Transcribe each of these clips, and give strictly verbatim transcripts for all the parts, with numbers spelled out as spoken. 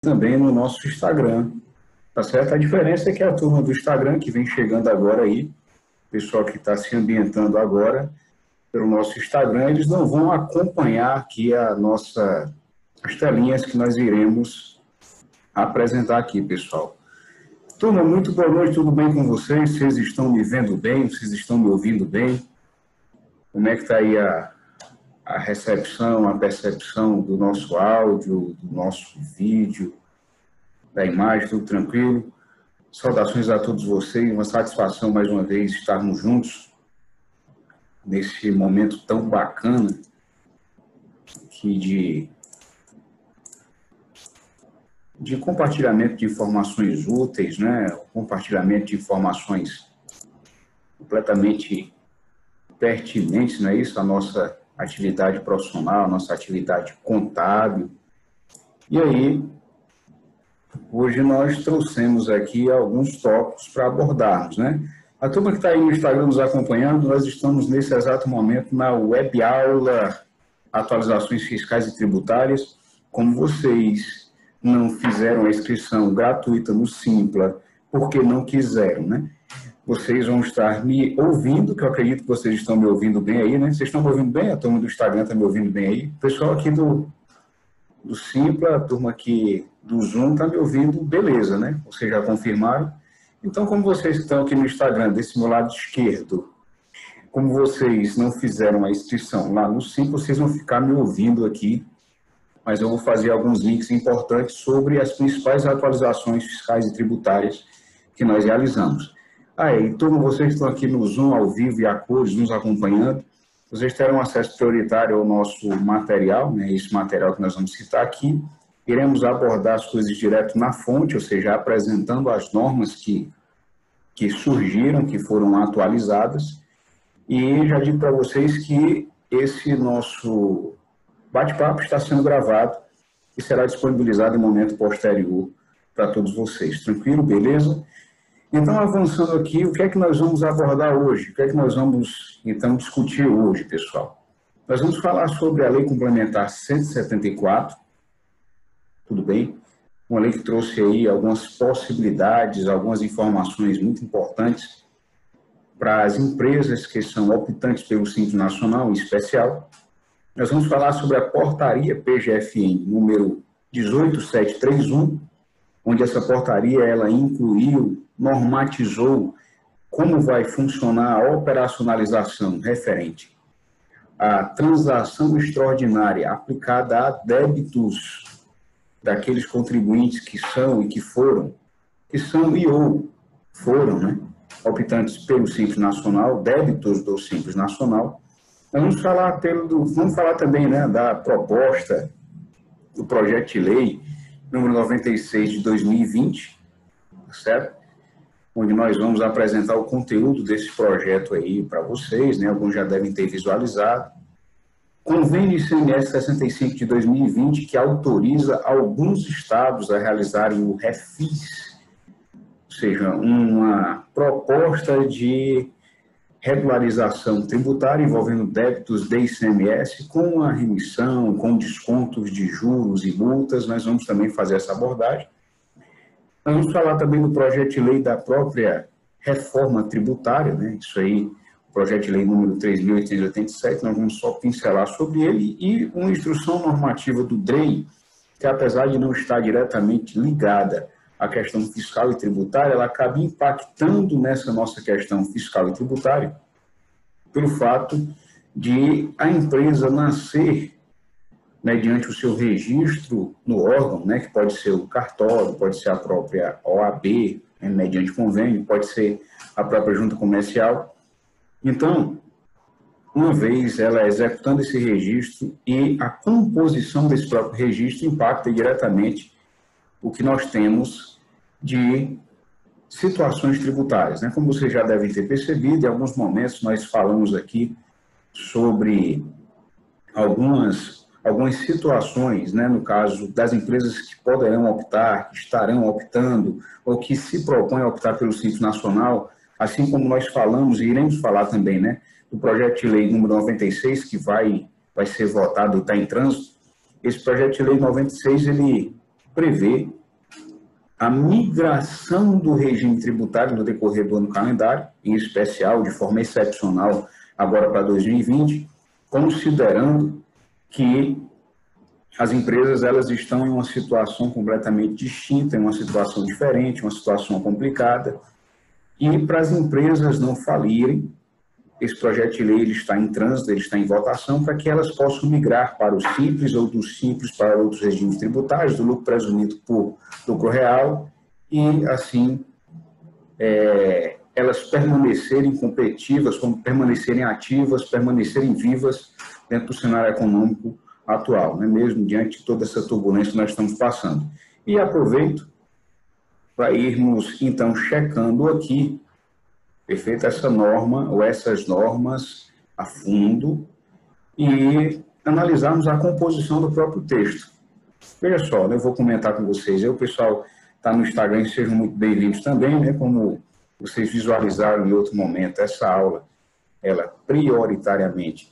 também no nosso Instagram, tá certo? A diferença é que a turma do Instagram, que vem chegando agora aí, o pessoal que está se ambientando agora pelo nosso Instagram, eles não vão acompanhar aqui a nossa, as telinhas que nós iremos apresentar aqui, pessoal. Turma, muito boa noite, tudo bem com vocês? Vocês estão me vendo bem? Vocês estão me ouvindo bem? Como é que está aí a, a recepção, a percepção do nosso áudio, do nosso vídeo, da imagem, tudo tranquilo? Saudações a todos vocês, uma satisfação mais uma vez estarmos juntos nesse momento tão bacana que de, de compartilhamento de informações úteis, né? Compartilhamento de informações completamente pertinentes, não é isso? A nossa atividade profissional, a nossa atividade contábil. E aí, hoje nós trouxemos aqui alguns tópicos para abordarmos, né? A turma que está aí no Instagram nos acompanhando, nós estamos nesse exato momento na web aula Atualizações Fiscais e Tributárias. Como vocês não fizeram a inscrição gratuita no Simpla, porque não quiseram, né? Vocês vão estar me ouvindo, que eu acredito que vocês estão me ouvindo bem aí, né? Vocês estão me ouvindo bem? A turma do Instagram está me ouvindo bem aí? O pessoal aqui do, do Simpla, a turma aqui do Zoom está me ouvindo, beleza, né? Vocês já confirmaram? Então, como vocês estão aqui no Instagram, desse meu lado esquerdo, como vocês não fizeram a inscrição lá no Simpla, vocês vão ficar me ouvindo aqui, mas eu vou fazer alguns links importantes sobre as principais atualizações fiscais e tributárias que nós realizamos. Aí, todos vocês que estão aqui no Zoom, ao vivo e a cores, nos acompanhando, vocês terão acesso prioritário ao nosso material, né, esse material que nós vamos citar aqui. Iremos abordar as coisas direto na fonte, ou seja, apresentando as normas que, que surgiram, que foram atualizadas. E já digo para vocês que esse nosso bate-papo está sendo gravado e será disponibilizado em momento posterior para todos vocês. Tranquilo? Beleza? Então, avançando aqui, o que é que nós vamos abordar hoje? O que é que nós vamos, então, discutir hoje, pessoal? Nós vamos falar sobre a Lei Complementar cento e setenta e quatro, tudo bem? Uma lei que trouxe aí algumas possibilidades, algumas informações muito importantes para as empresas que são optantes pelo Simples Nacional, em especial. Nós vamos falar sobre a portaria P G F N número dezoito mil setecentos e trinta e um, onde essa portaria ela incluiu, normatizou como vai funcionar a operacionalização referente à transação extraordinária aplicada a débitos daqueles contribuintes que são e que foram, que são e ou foram, né, optantes pelo Simples Nacional, débitos do Simples Nacional. Nós vamos falar, pelo, vamos falar também, né, da proposta do projeto de lei número noventa e seis de dois mil e vinte, certo? Onde nós vamos apresentar o conteúdo desse projeto aí para vocês, né? Alguns já devem ter visualizado. Convênio I C M S sessenta e cinco de dois mil e vinte, que autoriza alguns estados a realizarem o refis, ou seja, uma proposta de regularização tributária envolvendo débitos de I C M S com a remissão, com descontos de juros e multas. Nós vamos também fazer essa abordagem. Nós vamos falar também do projeto de lei da própria reforma tributária, né? Isso aí, o projeto de lei número três mil oitocentos e oitenta e sete, nós vamos só pincelar sobre ele, e uma instrução normativa do D R E I, que apesar de não estar diretamente ligada à questão fiscal e tributária, ela acaba impactando nessa nossa questão fiscal e tributária, pelo fato de a empresa nascer mediante o seu registro no órgão, né, que pode ser o cartório, pode ser a própria O A B, né, mediante convênio, pode ser a própria junta comercial. Então, uma vez ela executando esse registro, e a composição desse próprio registro impacta diretamente o que nós temos de situações tributárias, né? Como vocês já devem ter percebido, em alguns momentos nós falamos aqui sobre algumas, algumas situações, né? No caso das empresas que poderão optar, que estarão optando, ou que se propõem a optar pelo Simples Nacional, assim como nós falamos e iremos falar também, né, do projeto de lei número noventa e seis, que vai, vai ser votado e está em trânsito. Esse projeto de lei noventa e seis, ele prevê a migração do regime tributário no decorrer do ano calendário, em especial, de forma excepcional, agora para dois mil e vinte, considerando que as empresas elas estão em uma situação completamente distinta, em uma situação diferente, uma situação complicada, e para as empresas não falirem, esse projeto de lei ele está em trânsito, ele está em votação, para que elas possam migrar para o simples ou do simples para outros regimes tributários, do lucro presumido por lucro real, e assim é, elas permanecerem competitivas, permanecerem ativas, permanecerem vivas dentro do cenário econômico atual, né? Mesmo diante de toda essa turbulência que nós estamos passando. E aproveito para irmos, então, checando aqui, perfeito, essa norma, ou essas normas a fundo, e analisarmos a composição do próprio texto. Veja só, né, eu vou comentar com vocês, aí o pessoal está no Instagram, sejam muito bem-vindos também, né, como vocês visualizaram em outro momento, essa aula, ela prioritariamente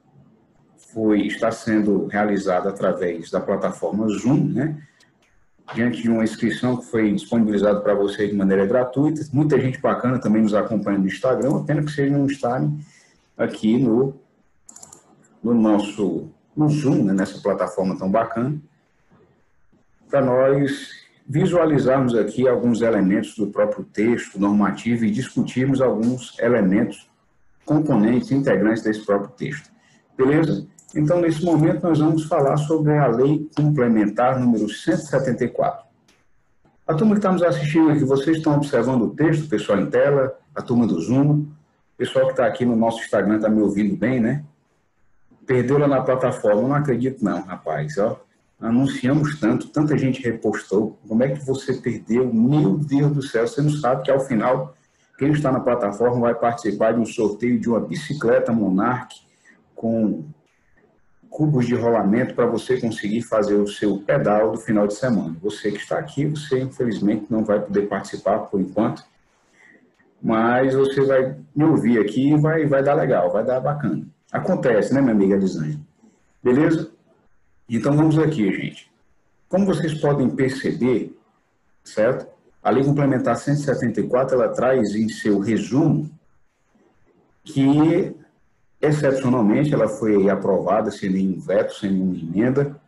foi, está sendo realizada através da plataforma Zoom, né, diante de uma inscrição que foi disponibilizada para vocês de maneira gratuita. Muita gente bacana também nos acompanha no Instagram, apenas que vocês não estarem aqui no, no nosso no Zoom, né, nessa plataforma tão bacana, para nós visualizarmos aqui alguns elementos do próprio texto normativo e discutirmos alguns elementos, componentes, integrantes desse próprio texto. Beleza? Então, nesse momento, nós vamos falar sobre a Lei Complementar número cento e setenta e quatro. A turma que está nos assistindo aqui, vocês estão observando o texto, pessoal em tela, a turma do Zoom, o pessoal que está aqui no nosso Instagram está me ouvindo bem, né? Perdeu lá na plataforma, eu não acredito não, rapaz, ó. Anunciamos tanto, tanta gente repostou, como é que você perdeu? Meu Deus do céu, você não sabe que ao final, quem está na plataforma vai participar de um sorteio de uma bicicleta Monarch com cubos de rolamento para você conseguir fazer o seu pedal do final de semana. Você que está aqui, você infelizmente não vai poder participar por enquanto, mas você vai me ouvir aqui e vai, vai dar legal, vai dar bacana. Acontece, né, minha amiga Elisângela? Beleza? Então vamos aqui, gente. Como vocês podem perceber, certo? A Lei Complementar cento e setenta e quatro, ela traz em seu resumo que, excepcionalmente, ela foi aprovada sem nenhum veto, sem nenhuma emenda,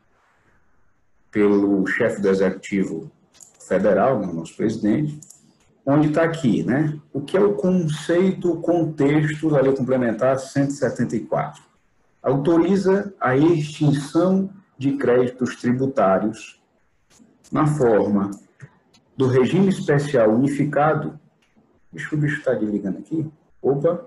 pelo chefe do Executivo Federal, né, o nosso presidente, onde está aqui, né? O que é o conceito, o contexto da Lei Complementar cento e setenta e quatro? Autoriza a extinção de créditos tributários na forma do regime especial unificado. Deixa o bicho estar ligando aqui. Opa,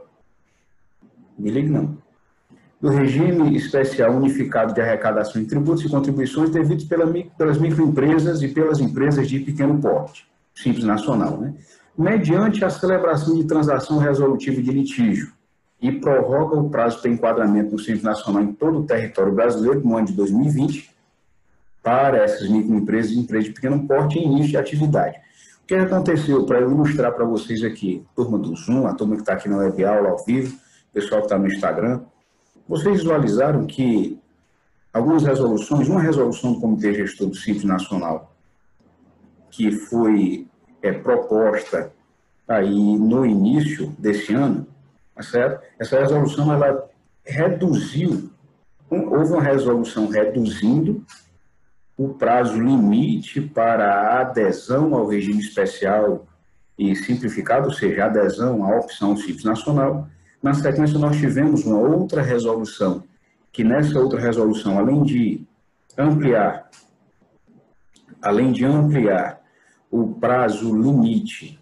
me ligue não. Do regime especial unificado de arrecadação de tributos e contribuições devidos pela, pelas microempresas e pelas empresas de pequeno porte, Simples Nacional, né? Mediante a celebração de transação resolutiva de litígio, e prorroga o prazo para enquadramento no Simples Nacional em todo o território brasileiro no ano de dois mil e vinte para essas microempresas e empresas de pequeno porte em início de atividade. O que aconteceu, para eu ilustrar para vocês aqui, turma do Zoom, a turma que está aqui na web aula ao vivo, o pessoal que está no Instagram, vocês visualizaram que algumas resoluções, uma resolução do Comitê Gestor do Simples Nacional, que foi é, proposta aí no início desse ano, certo? Essa resolução, ela reduziu, houve uma resolução reduzindo o prazo limite para a adesão ao regime especial e simplificado, ou seja, a adesão à opção Simples Nacional. Na sequência, nós tivemos uma outra resolução, que nessa outra resolução, além de ampliar, além de ampliar o prazo limite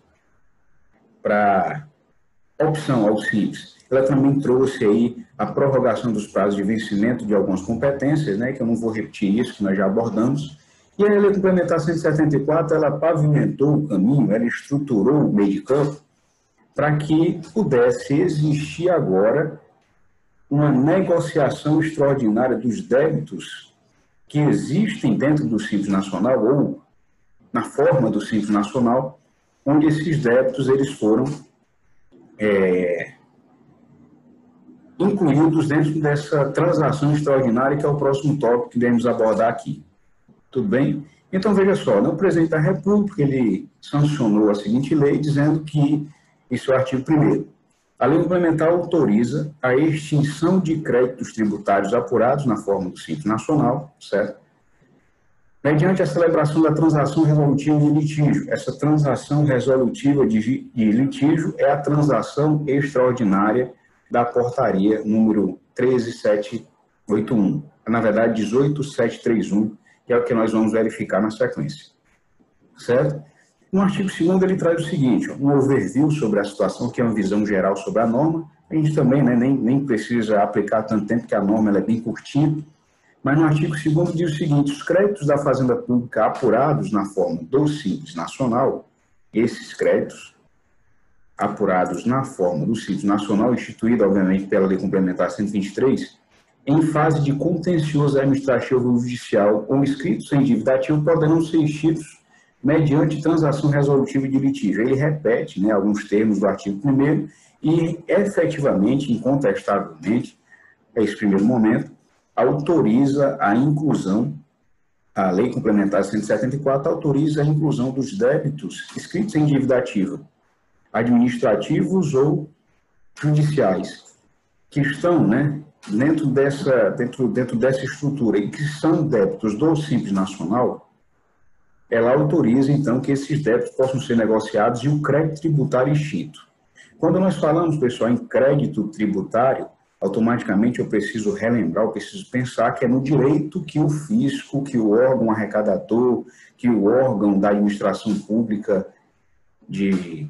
para opção ao Simples, ela também trouxe aí a prorrogação dos prazos de vencimento de algumas competências, né, que eu não vou repetir isso, que nós já abordamos. E a Lei Complementar cento e setenta e quatro, ela pavimentou o caminho, ela estruturou o meio de campo para que pudesse existir agora uma negociação extraordinária dos débitos que existem dentro do Simples Nacional ou na forma do Simples Nacional, onde esses débitos eles foram É, incluídos dentro dessa transação extraordinária, que é o próximo tópico que devemos abordar aqui. Tudo bem? Então, veja só, né, o presidente da República, ele sancionou a seguinte lei, dizendo que, isso é o artigo primeiro, a lei complementar autoriza a extinção de créditos tributários apurados na forma do Simples Nacional, certo? Mediante a celebração da transação resolutiva de litígio. Essa transação resolutiva de, de litígio é a transação extraordinária da portaria número treze mil setecentos e oitenta e um, na verdade, dezoito mil setecentos e trinta e um, que é o que nós vamos verificar na sequência, certo? No artigo segundo, ele traz o seguinte, um overview sobre a situação, que é uma visão geral sobre a norma. A gente também, né, nem, nem precisa aplicar tanto tempo, porque a norma ela é bem curtinha. Mas no artigo segundo diz o seguinte, os créditos da Fazenda Pública apurados na forma do Simples Nacional, esses créditos apurados na forma do Simples Nacional, instituído, obviamente, pela Lei Complementar cento e vinte e três, em fase de contencioso administrativo ou judicial ou inscritos em dívida ativa, poderão ser extintos mediante transação resolutiva de litígio. Ele repete, né, alguns termos do artigo primeiro e, efetivamente, incontestavelmente, é esse primeiro momento, autoriza a inclusão, a Lei Complementar cento e setenta e quatro autoriza a inclusão dos débitos inscritos em dívida ativa, administrativos ou judiciais, que estão, né, dentro dessa, dentro, dentro dessa estrutura e que são débitos do Simples Nacional. Ela autoriza, então, que esses débitos possam ser negociados e o crédito tributário extinto. Quando nós falamos, pessoal, em crédito tributário, automaticamente eu preciso relembrar, eu preciso pensar que é no direito que o fisco, que o órgão arrecadador, que o órgão da administração pública, de,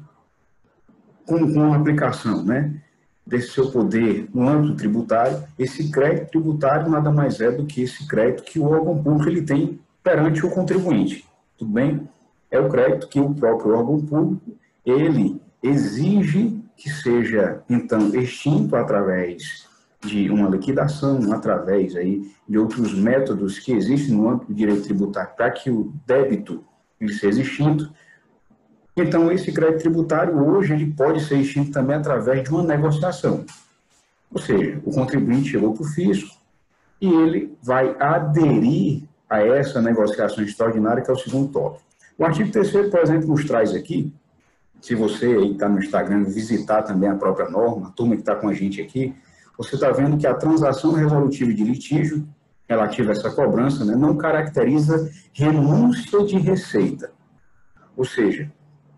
com, com a aplicação, né, desse seu poder no âmbito tributário, esse crédito tributário nada mais é do que esse crédito que o órgão público ele tem perante o contribuinte. Tudo bem? É o crédito que o próprio órgão público, ele exige que seja, então, extinto através de uma liquidação, através aí de outros métodos que existem no âmbito do direito tributário para que o débito ele seja extinto. Então, esse crédito tributário, hoje, ele pode ser extinto também através de uma negociação. Ou seja, o contribuinte chegou para o fisco e ele vai aderir a essa negociação extraordinária, que é o segundo tópico. O artigo terceiro, por exemplo, nos traz aqui, se você aí está no Instagram visitar também a própria norma, a turma que está com a gente aqui, você está vendo que a transação resolutiva de litígio relativa a essa cobrança, né, não caracteriza renúncia de receita. Ou seja,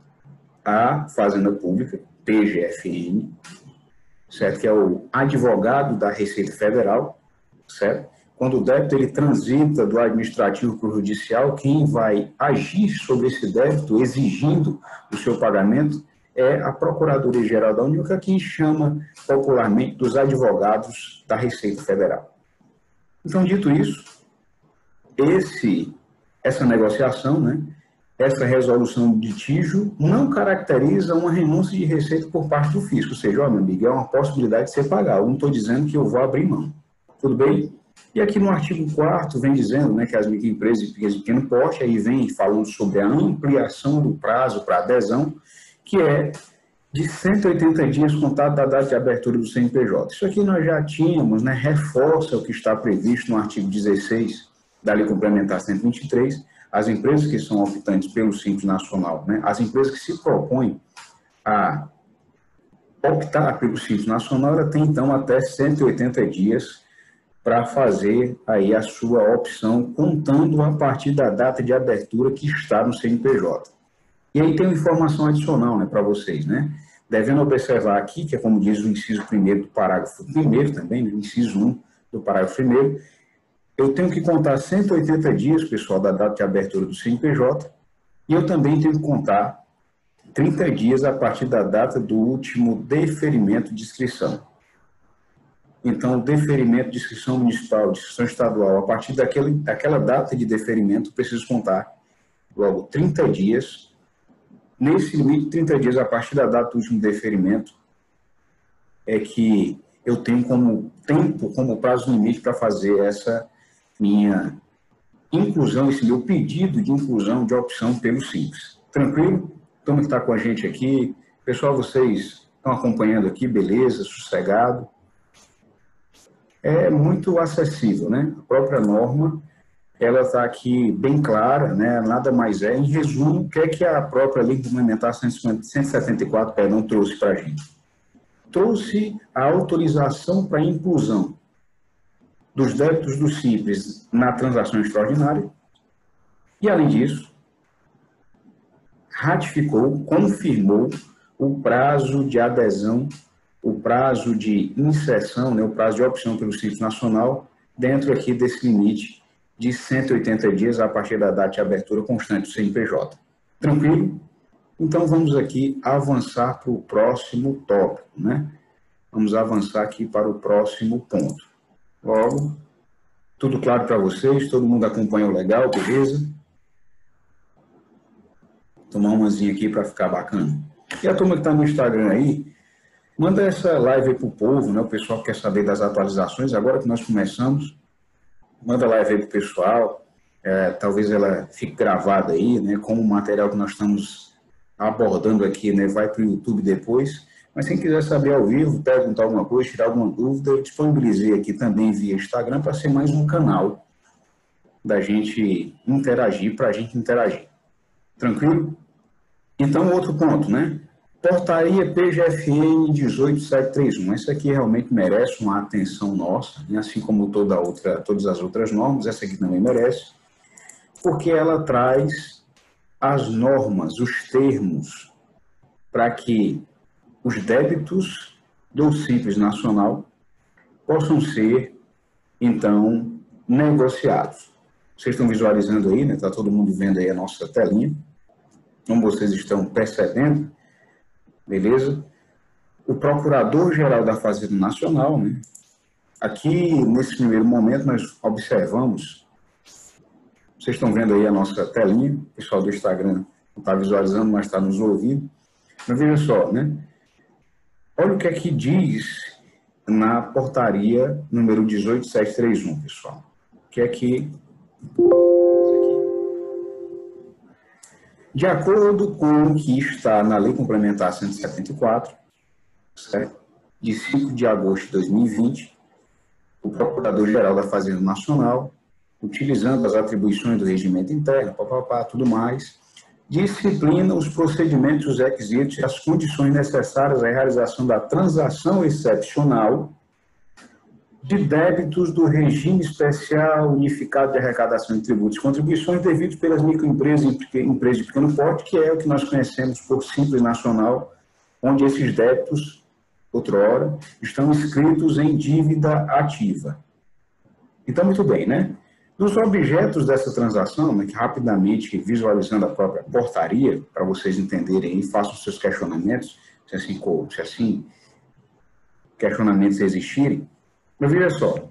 a Fazenda Pública, P G F N, certo? Que é o advogado da Receita Federal, certo? Quando o débito ele transita do administrativo para o judicial, quem vai agir sobre esse débito, exigindo o seu pagamento, é a Procuradoria-Geral da União, que aqui chama popularmente dos advogados da Receita Federal. Então, dito isso, esse, essa negociação, né, essa resolução de litígio não caracteriza uma renúncia de receita por parte do fisco. Ou seja, ó, meu amigo, é uma possibilidade de você pagar. Eu não estou dizendo que eu vou abrir mão. Tudo bem? E aqui no artigo quarto vem dizendo, né, que as microempresas de pequeno porte, aí vem falando sobre a ampliação do prazo para adesão, que é de cento e oitenta dias contado da data de abertura do C N P J. Isso aqui nós já tínhamos, né, reforça o que está previsto no artigo dezesseis da Lei Complementar cento e vinte e três, as empresas que são optantes pelo Simples Nacional, né, as empresas que se propõem a optar pelo Simples Nacional, ela tem então até cento e oitenta dias para fazer aí a sua opção, contando a partir da data de abertura que está no C N P J. E aí tem uma informação adicional, né, para vocês, né? Devendo observar aqui, que é como diz o inciso primeiro do parágrafo primeiro também, né, inciso um do parágrafo primeiro, eu tenho que contar cento e oitenta dias, pessoal, da data de abertura do C N P J, e eu também tenho que contar trinta dias a partir da data do último deferimento de inscrição. Então, o deferimento de inscrição municipal, de inscrição estadual, a partir daquele, daquela data de deferimento, eu preciso contar logo trinta dias. Nesse limite de trinta dias, a partir da data do último deferimento, é que eu tenho como tempo, como prazo limite para fazer essa minha inclusão, esse meu pedido de inclusão de opção pelo Simples. Tranquilo? Turma que está com a gente aqui. Pessoal, vocês estão acompanhando aqui, beleza, sossegado. É muito acessível, né? A própria norma, ela está aqui bem clara, né? Nada mais é. Em resumo, o que é que a própria Lei Complementar cento e setenta e quatro, perdão, trouxe para a gente? Trouxe a autorização para a inclusão dos débitos do Simples na transação extraordinária e, além disso, ratificou, confirmou o prazo de adesão, o prazo de inserção, né, o prazo de opção pelo Simples Nacional, dentro aqui desse limite de cento e oitenta dias a partir da data de abertura constante do C N P J. Tranquilo? Então, vamos aqui avançar para o próximo tópico, né? Vamos avançar aqui para o próximo ponto. Logo, tudo claro para vocês? Todo mundo acompanhou legal, beleza? Tomar umazinha aqui para ficar bacana. E a turma que está no Instagram aí, manda essa live aí para o povo, né? O pessoal que quer saber das atualizações, agora que nós começamos, manda a live aí para o pessoal, é, talvez ela fique gravada aí, né? Como o material que nós estamos abordando aqui, né? Vai para o YouTube depois, mas quem quiser saber ao vivo, perguntar alguma coisa, tirar alguma dúvida, eu disponibilizei aqui também via Instagram para ser mais um canal da gente interagir, para a gente interagir. Tranquilo? Então, outro ponto, né? Portaria P G F N dezoito mil setecentos e trinta e um. Essa aqui realmente merece uma atenção nossa, né? Assim como toda outra, todas as outras normas, essa aqui também merece, porque ela traz as normas, os termos, para que os débitos do Simples Nacional possam ser, então, negociados. Vocês estão visualizando aí, né? Está todo mundo vendo aí a nossa telinha. Como vocês estão percebendo, beleza? O Procurador-Geral da Fazenda Nacional, né? Aqui, nesse primeiro momento, nós observamos, vocês estão vendo aí a nossa telinha, o pessoal do Instagram não está visualizando, mas está nos ouvindo. Mas veja só, né? Olha o que é que diz na portaria número dezoito mil setecentos e trinta e um, pessoal. O que é que... De acordo com o que está na Lei Complementar cento e setenta e quatro, certo? De cinco de agosto de dois mil e vinte, o Procurador-Geral da Fazenda Nacional, utilizando as atribuições do regimento interno, papapá, tudo mais, disciplina os procedimentos, os requisitos e as condições necessárias à realização da transação excepcional de débitos do regime especial unificado de arrecadação de tributos e contribuições devidos pelas microempresas e empresas de pequeno porte, que é o que nós conhecemos por Simples Nacional, onde esses débitos, outrora, estão inscritos em dívida ativa. Então, muito bem, né? Dos objetos dessa transação, né, que rapidamente visualizando a própria portaria, para vocês entenderem e façam seus questionamentos, se assim, se assim questionamentos existirem, mas veja só,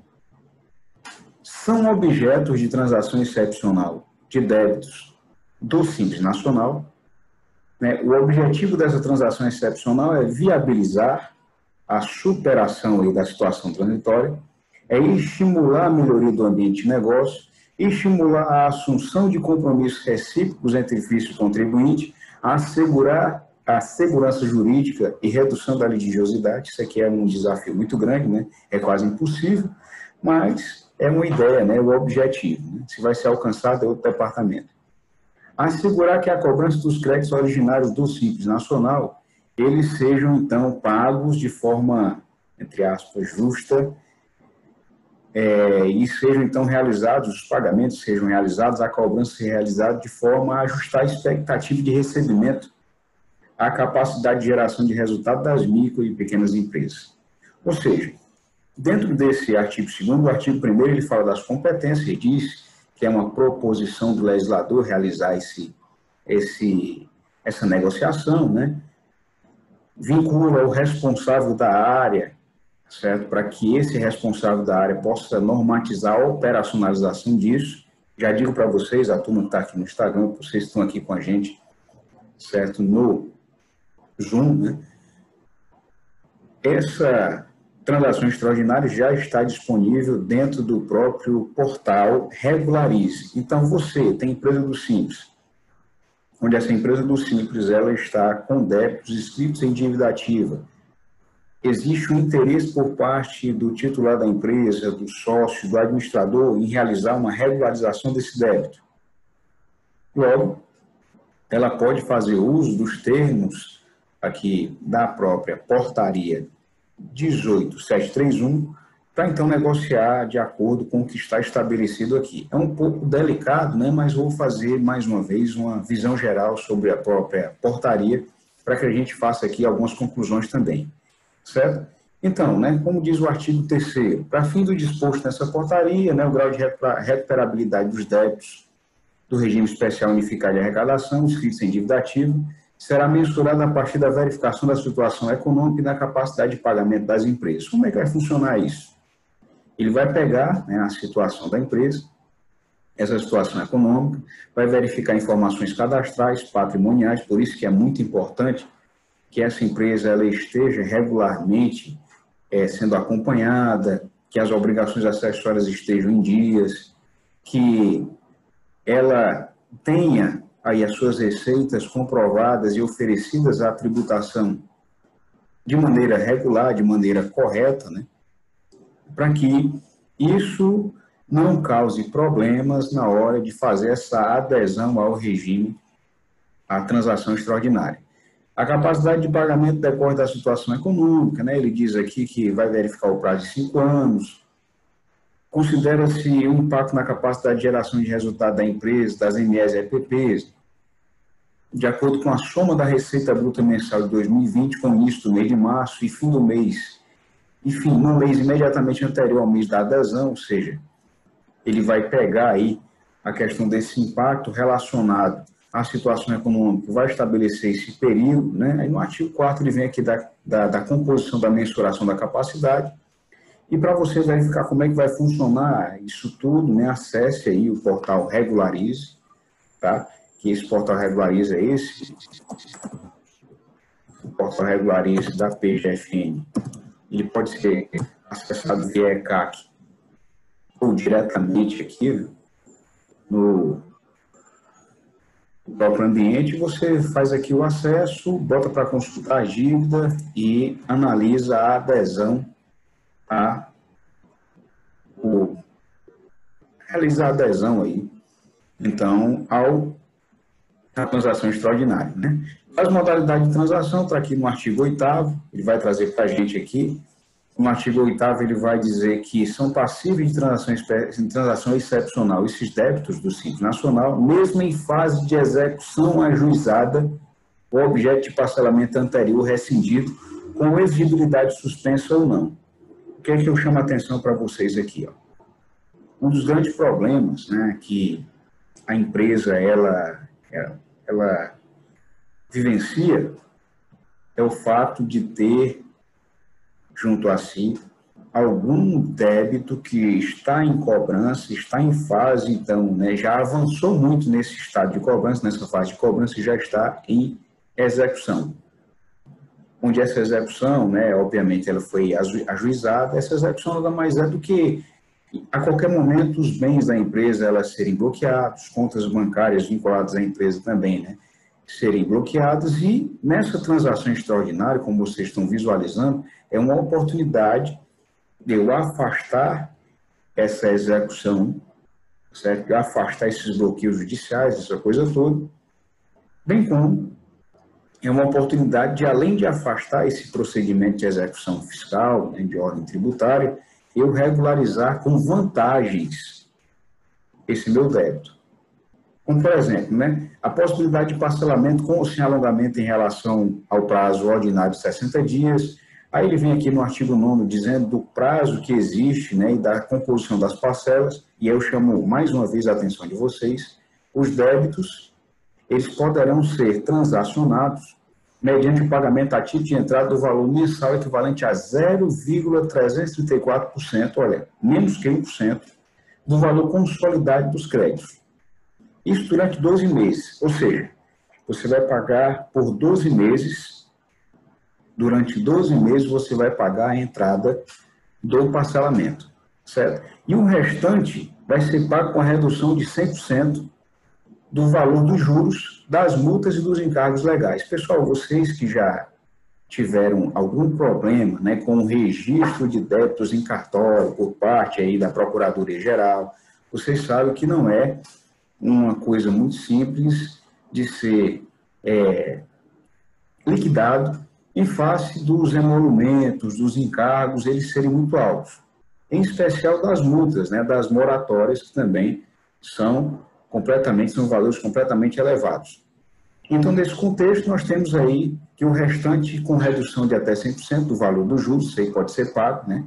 são objetos de transação excepcional de débitos do Simples Nacional, né? O objetivo dessa transação excepcional é viabilizar a superação aí da situação transitória, é estimular a melhoria do ambiente de negócio, estimular a assunção de compromissos recíprocos entre fisco e contribuinte, assegurar a segurança jurídica e redução da litigiosidade. Isso aqui é um desafio muito grande, né? É quase impossível, mas é uma ideia, né? O objetivo, né? Se vai ser alcançado é outro departamento. Assegurar que a cobrança dos créditos originários do Simples Nacional, eles sejam, então, pagos de forma, entre aspas, justa, é, e sejam, então, realizados, os pagamentos sejam realizados, a cobrança seja realizada de forma a ajustar a expectativa de recebimento a capacidade de geração de resultado das micro e pequenas empresas. Ou seja, dentro desse artigo segundo, o artigo primeiro ele fala das competências e diz que é uma proposição do legislador realizar esse, esse, essa negociação, né? Vincula o responsável da área, certo? Para que esse responsável da área possa normatizar a operacionalização disso. Já digo para vocês, a turma que está aqui no Instagram, vocês estão aqui com a gente, certo? No Zoom, né? Essa transação extraordinária já está disponível dentro do próprio portal Regularize. Então, você tem empresa do Simples, onde essa empresa do Simples ela está com débitos inscritos em dívida ativa, existe um interesse por parte do titular da empresa, do sócio, do administrador, em realizar uma regularização desse débito. Logo, ela pode fazer uso dos termos aqui da própria portaria dezoito mil setecentos e trinta e um, para então negociar de acordo com o que está estabelecido aqui. É um pouco delicado, né, mas vou fazer mais uma vez uma visão geral sobre a própria portaria, para que a gente faça aqui algumas conclusões também. Certo? Então, né, como diz o artigo terceiro, para fim do disposto nessa portaria, né, o grau de recuperabilidade dos débitos do regime especial unificado de arrecadação, inscritos em dívida ativa, será mensurado a partir da verificação da situação econômica e da capacidade de pagamento das empresas. Como é que vai funcionar isso? Ele vai pegar, né, a situação da empresa, essa situação econômica, vai verificar informações cadastrais, patrimoniais, por isso que é muito importante que essa empresa ela esteja regularmente é, sendo acompanhada, que as obrigações acessórias estejam em dias, que ela tenha aí as suas receitas comprovadas e oferecidas à tributação de maneira regular, de maneira correta, né? Para que isso não cause problemas na hora de fazer essa adesão ao regime, à transação extraordinária. A capacidade de pagamento decorre da situação econômica, né? Ele diz aqui que vai verificar o prazo de cinco anos, considera-se o impacto na capacidade de geração de resultado da empresa, das M S e E P Ps, de acordo com a soma da receita bruta mensal de dois mil e vinte, com início do mês de março e fim do mês, enfim, no mês imediatamente anterior ao mês da adesão, ou seja, ele vai pegar aí a questão desse impacto relacionado à situação econômica, vai estabelecer esse período, né? Aí no artigo quarto ele vem aqui da, da, da composição da mensuração da capacidade, e para você verificar como é que vai funcionar isso tudo, né? Acesse aí o portal Regularize, tá? Que esse portal Regularize é esse, o portal Regularize da P G F N, ele pode ser acessado via E C A C ou diretamente aqui no próprio ambiente. Você faz aqui o acesso, bota para consultar a dívida e analisa a adesão a o, realizar a adesão aí, então, ao a transação extraordinária, né? As modalidades de transação está aqui no artigo oitavo, ele vai trazer para a gente aqui. No artigo oitavo ele vai dizer que são passíveis de transação, de transação excepcional esses débitos do Simples Nacional, mesmo em fase de execução ajuizada, o objeto de parcelamento anterior rescindido, com exigibilidade suspensa ou não. O que é que eu chamo a atenção para vocês aqui? Ó? Um dos grandes problemas, né, que a empresa ela, ela, ela vivencia é o fato de ter junto a si algum débito que está em cobrança, está em fase, então, né, já avançou muito nesse estado de cobrança, nessa fase de cobrança, e já está em execução. Onde essa execução, né, obviamente, ela foi ajuizada, essa execução nada mais é do que, a qualquer momento, os bens da empresa elas serem bloqueados, contas bancárias vinculadas à empresa também, né, serem bloqueadas, e nessa transação extraordinária, como vocês estão visualizando, é uma oportunidade de eu afastar essa execução, certo? De afastar esses bloqueios judiciais, essa coisa toda, bem como é uma oportunidade de, além de afastar esse procedimento de execução fiscal, né, de ordem tributária, eu regularizar com vantagens esse meu débito. Como, por exemplo, né, a possibilidade de parcelamento com ou sem alongamento em relação ao prazo ordinário de sessenta dias. Aí ele vem aqui no artigo nono dizendo do prazo que existe, né, e da composição das parcelas, e eu chamo mais uma vez a atenção de vocês, os débitos, eles poderão ser transacionados mediante o pagamento a título de entrada do valor mensal equivalente a zero vírgula trezentos e trinta e quatro por cento, olha, menos que um por cento, do valor consolidado dos créditos. Isso durante doze meses, ou seja, você vai pagar por doze meses, durante doze meses você vai pagar a entrada do parcelamento, certo? E o restante vai ser pago com a redução de cem por cento do valor dos juros, das multas e dos encargos legais. Pessoal, vocês que já tiveram algum problema, né, com o registro de débitos em cartório por parte aí da Procuradoria-Geral, vocês sabem que não é uma coisa muito simples de ser é, liquidado em face dos emolumentos, dos encargos, eles serem muito altos. Em especial das multas, né, das moratórias, que também são completamente, são valores completamente elevados. Então, nesse contexto, nós temos aí que o restante, com redução de até cem por cento do valor dos juros, isso aí pode ser pago, né?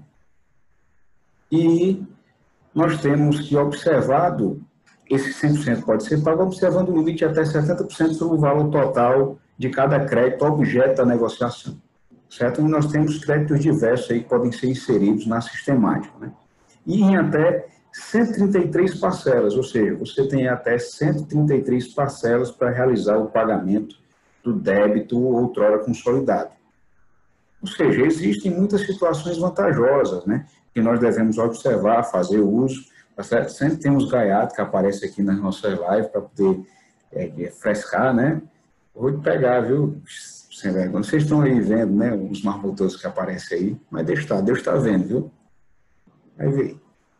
E nós temos que, observado, esse cem por cento pode ser pago, observando o limite de até setenta por cento sobre o valor total de cada crédito objeto da negociação, certo? E nós temos créditos diversos aí que podem ser inseridos na sistemática, né? E em até cento e trinta e três parcelas, ou seja, você tem até cento e trinta e três parcelas para realizar o pagamento do débito outrora consolidado. Ou seja, existem muitas situações vantajosas, né, que nós devemos observar, fazer uso, tá certo? Sempre tem uns gaiatos que aparecem aqui nas nossas lives para poder é, frescar, né? Vou te pegar, viu? Sem vergonha. Vocês estão aí vendo, né, os marmotosos que aparecem aí, mas Deus está, Deus está vendo, viu? Vai ver.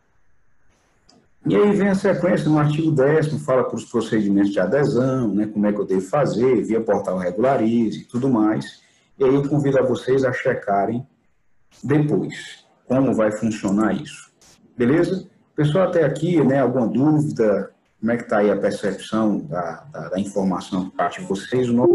E aí vem a sequência no artigo décimo, fala para os procedimentos de adesão, né, como é que eu devo fazer, via portal Regularize e tudo mais. E aí eu convido a vocês a checarem depois como vai funcionar isso. Beleza? Pessoal, até aqui, né, alguma dúvida? Como é que está aí a percepção da, da, da informação por parte de vocês? O nosso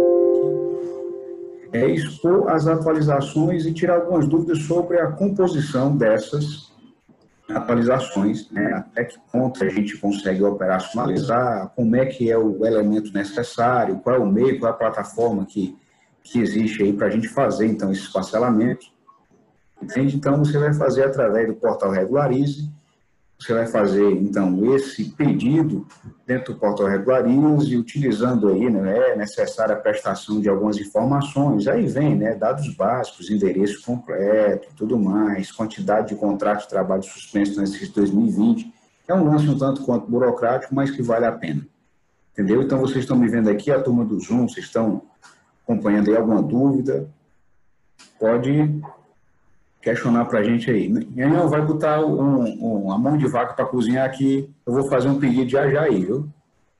é expor as atualizações e tirar algumas dúvidas sobre a composição dessas atualizações, né? Até que ponto a gente consegue operacionalizar, como é que é o elemento necessário, qual é o meio, qual é a plataforma que, que existe aí para a gente fazer, então, esses parcelamentos. Entende? Então, você vai fazer através do portal Regularize, você vai fazer, então, esse pedido dentro do portal Regularize, utilizando aí, né, é necessária a prestação de algumas informações, aí vem, né, dados básicos, endereço completo, tudo mais, quantidade de contratos de trabalho suspenso no exercício dois mil e vinte, é um lance um tanto quanto burocrático, mas que vale a pena, entendeu? Então, vocês estão me vendo aqui, a turma do Zoom, vocês estão acompanhando aí alguma dúvida, pode questionar para a gente aí. Não vai botar um, um, uma mão de vaca para cozinhar aqui, eu vou fazer um pedido já já aí, viu?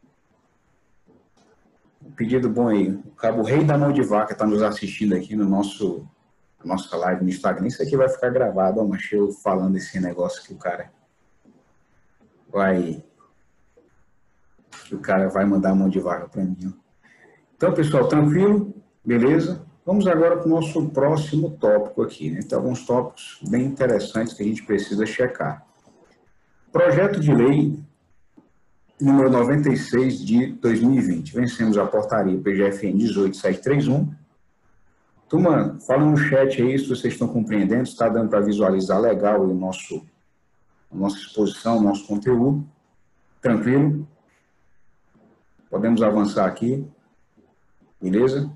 Um pedido bom aí. O cabo Rei da Mão de Vaca está nos assistindo aqui no nosso nossa live no Instagram. Isso aqui vai ficar gravado, ó, mas eu falando esse negócio que o cara vai que o cara vai mandar a mão de vaca para mim. Ó. Então, pessoal, tranquilo? Beleza? Vamos agora para o nosso próximo tópico aqui, né? Tem alguns tópicos bem interessantes que a gente precisa checar. Projeto de lei número noventa e seis de dois mil e vinte. Vencemos a portaria P G F N dezoito mil setecentos e trinta e um. Turma, fala no chat aí se vocês estão compreendendo, se está dando para visualizar legal o nosso, a nossa exposição, o nosso conteúdo. Tranquilo? Podemos avançar aqui. Beleza?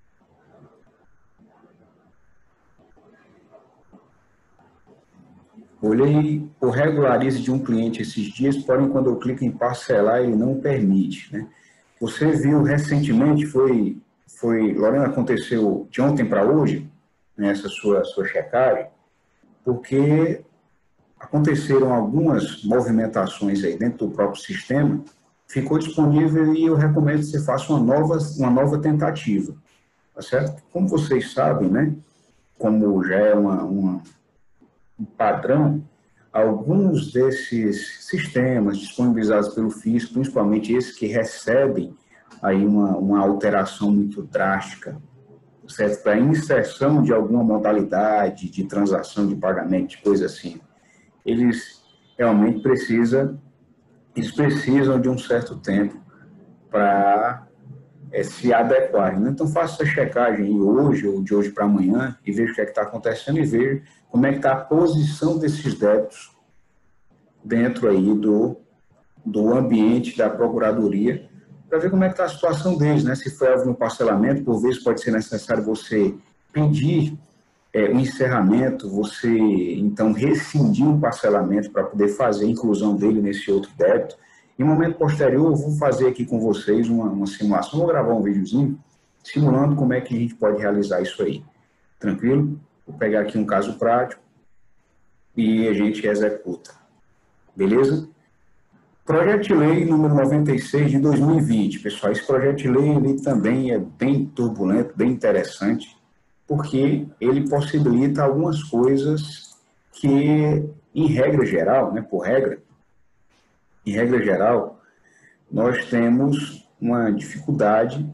Olhei o Regularize de um cliente esses dias, porém quando eu clico em parcelar ele não permite, né? Você viu recentemente, foi, foi Lorena, aconteceu de ontem para hoje, nessa sua, sua checagem, porque aconteceram algumas movimentações aí dentro do próprio sistema, ficou disponível e eu recomendo que você faça uma nova, uma nova tentativa, tá certo? Como vocês sabem, né? Como já é uma... uma um padrão, alguns desses sistemas disponibilizados pelo fisco, principalmente esses que recebem aí uma, uma alteração muito drástica, certo? Para a inserção de alguma modalidade de transação de pagamento, de coisa assim, eles realmente precisam, eles precisam de um certo tempo para é, se adequarem. Né? Então, faça essa checagem hoje ou de hoje para amanhã e veja o que é que está acontecendo e veja como é que está a posição desses débitos dentro aí do, do ambiente da Procuradoria, para ver como é que está a situação deles, né? Se foi alvo no parcelamento, por vezes pode ser necessário você pedir é, o encerramento, você, então, rescindir um parcelamento para poder fazer a inclusão dele nesse outro débito. Em um momento posterior, eu vou fazer aqui com vocês uma, uma simulação, vou gravar um videozinho, simulando como é que a gente pode realizar isso aí. Tranquilo? Vou pegar aqui um caso prático e a gente executa. Beleza? Projeto de lei número noventa e seis de dois mil e vinte, pessoal. Esse projeto de lei ele também é bem turbulento, bem interessante, porque ele possibilita algumas coisas que, em regra geral, né, por regra, em regra geral, nós temos uma dificuldade,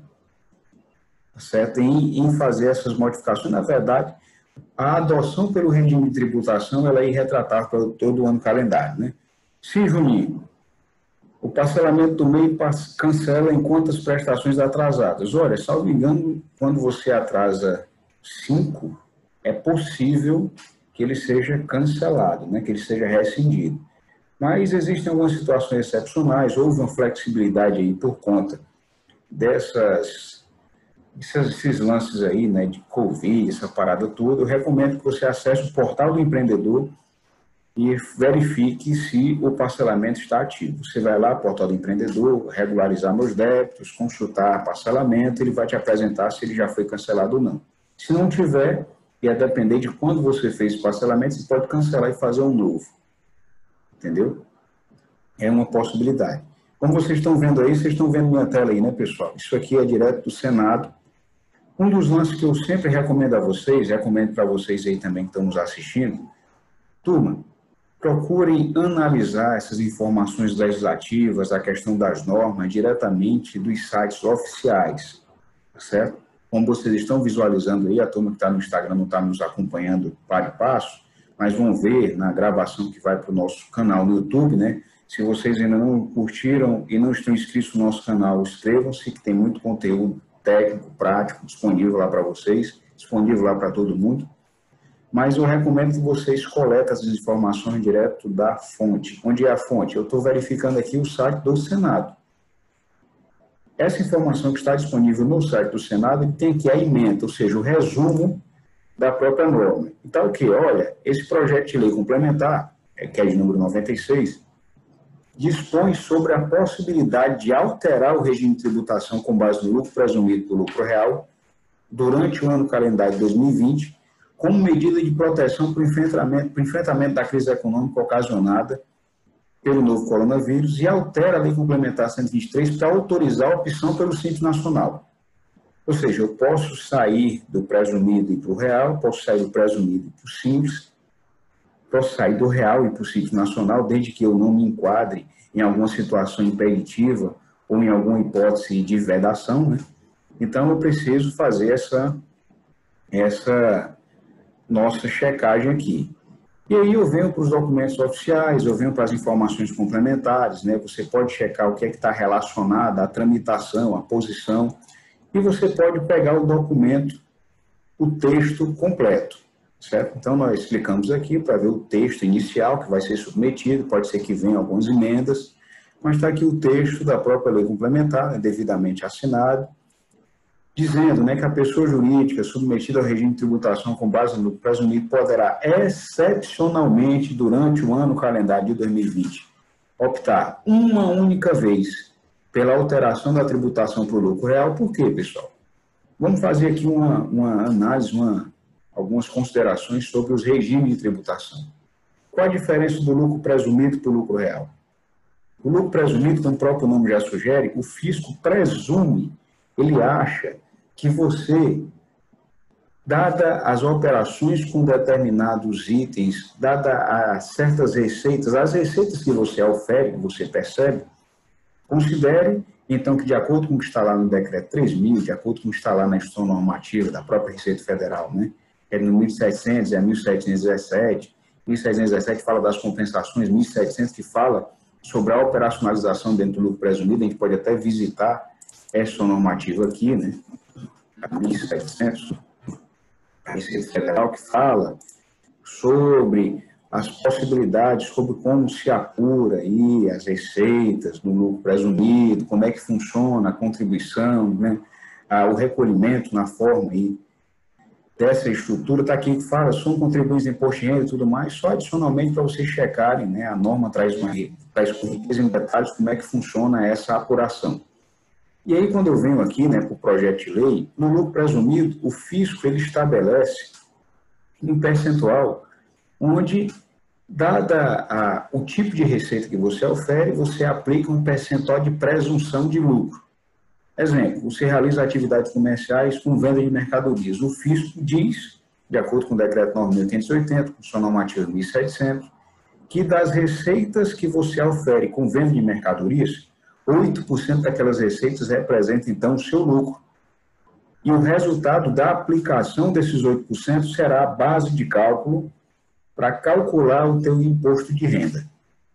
certo, em, em fazer essas modificações. Na verdade, a adoção pelo regime de tributação ela é irretratável para todo o ano calendário, né? Sim, Juninho. O parcelamento do M E I cancela em quantas prestações atrasadas? Olha, salvo engano, quando você atrasa cinco, é possível que ele seja cancelado, né? Que ele seja rescindido. Mas existem algumas situações excepcionais, houve uma flexibilidade aí por conta dessas, esses lances aí, né, de Covid, essa parada toda. Eu recomendo que você acesse o portal do empreendedor e verifique se o parcelamento está ativo. Você vai lá, portal do empreendedor, regularizar meus débitos, consultar parcelamento, ele vai te apresentar se ele já foi cancelado ou não. Se não tiver, e a depender de quando você fez o parcelamento, você pode cancelar e fazer um novo. Entendeu? É uma possibilidade. Como vocês estão vendo aí, vocês estão vendo minha tela aí, né, pessoal? Isso aqui é direto do Senado. Um dos lances que eu sempre recomendo a vocês, recomendo para vocês aí também que estão nos assistindo, turma, procurem analisar essas informações legislativas, a questão das normas, diretamente dos sites oficiais, certo? Como vocês estão visualizando aí, a turma que está no Instagram não está nos acompanhando para e passo, mas vão ver na gravação que vai para o nosso canal no YouTube, né? Se vocês ainda não curtiram e não estão inscritos no nosso canal, inscrevam-se, que tem muito conteúdo técnico, prático, disponível lá para vocês, disponível lá para todo mundo. Mas eu recomendo que vocês coletem essas informações direto da fonte. Onde é a fonte? Eu estou verificando aqui o site do Senado. Essa informação que está disponível no site do Senado, ele tem aqui a ementa, ou seja, o resumo da própria norma. Então, o que? Olha, esse projeto de lei complementar, que é de número noventa e seis, dispõe sobre a possibilidade de alterar o regime de tributação com base no lucro presumido do lucro real durante o ano calendário de dois mil e vinte, como medida de proteção para o enfrentamento, para o enfrentamento da crise econômica ocasionada pelo novo coronavírus e altera a Lei Complementar cento e vinte e três para autorizar a opção pelo Simples Nacional. Ou seja, eu posso sair do presumido e para o real, posso sair do presumido e para o Simples, posso sair do real e para o Simples Nacional, desde que eu não me enquadre em alguma situação impeditiva ou em alguma hipótese de vedação, né? Então, eu preciso fazer essa, essa nossa checagem aqui. E aí eu venho para os documentos oficiais, eu venho para as informações complementares, né? Você pode checar o que é que está relacionado à tramitação, à posição, e você pode pegar o documento, o texto completo, certo? Então, nós clicamos aqui para ver o texto inicial que vai ser submetido, pode ser que venham algumas emendas, mas está aqui o texto da própria lei complementar, né, devidamente assinado, dizendo, né, que a pessoa jurídica submetida ao regime de tributação com base no lucro presumido poderá, excepcionalmente, durante o ano calendário de dois mil e vinte, optar uma única vez pela alteração da tributação para o lucro real. Por quê, pessoal? Vamos fazer aqui uma, uma análise, uma, algumas considerações sobre os regimes de tributação. Qual a diferença do lucro presumido para o lucro real? O lucro presumido, como o próprio nome já sugere, o fisco presume, ele acha que você, dada as operações com determinados itens, dada as certas receitas, as receitas que você ofere, que você percebe, considere, então, que de acordo com o que está lá no decreto três mil, de acordo com o que está lá na instrução normativa da própria Receita Federal, né, é no mil e setecentos, é mil setecentos e dezessete, mil setecentos e dezessete fala das compensações, mil e setecentos que fala sobre a operacionalização dentro do lucro presumido, a gente pode até visitar essa normativa aqui, né, a mil e setecentos, a Receita Federal, que fala sobre as possibilidades, sobre como se apura aí as receitas do lucro presumido, como é que funciona a contribuição, né, o recolhimento na forma aí dessa estrutura, está aqui que fala, são contribuintes de imposto de renda e tudo mais, só adicionalmente para vocês checarem, né, a norma traz uma traz com riqueza em detalhes como é que funciona essa apuração. E aí, quando eu venho aqui, né, para o projeto de lei, no lucro presumido, o fisco ele estabelece um percentual onde, dada a, o tipo de receita que você ofere, você aplica um percentual de presunção de lucro. Exemplo, você realiza atividades comerciais com venda de mercadorias. O fisco diz, de acordo com o decreto nove mil oitocentos e oitenta, com sua normativa mil e setecentos, que das receitas que você ofere com venda de mercadorias, oito por cento daquelas receitas representa, então, o seu lucro. E o resultado da aplicação desses oito por cento será a base de cálculo para calcular o teu imposto de renda.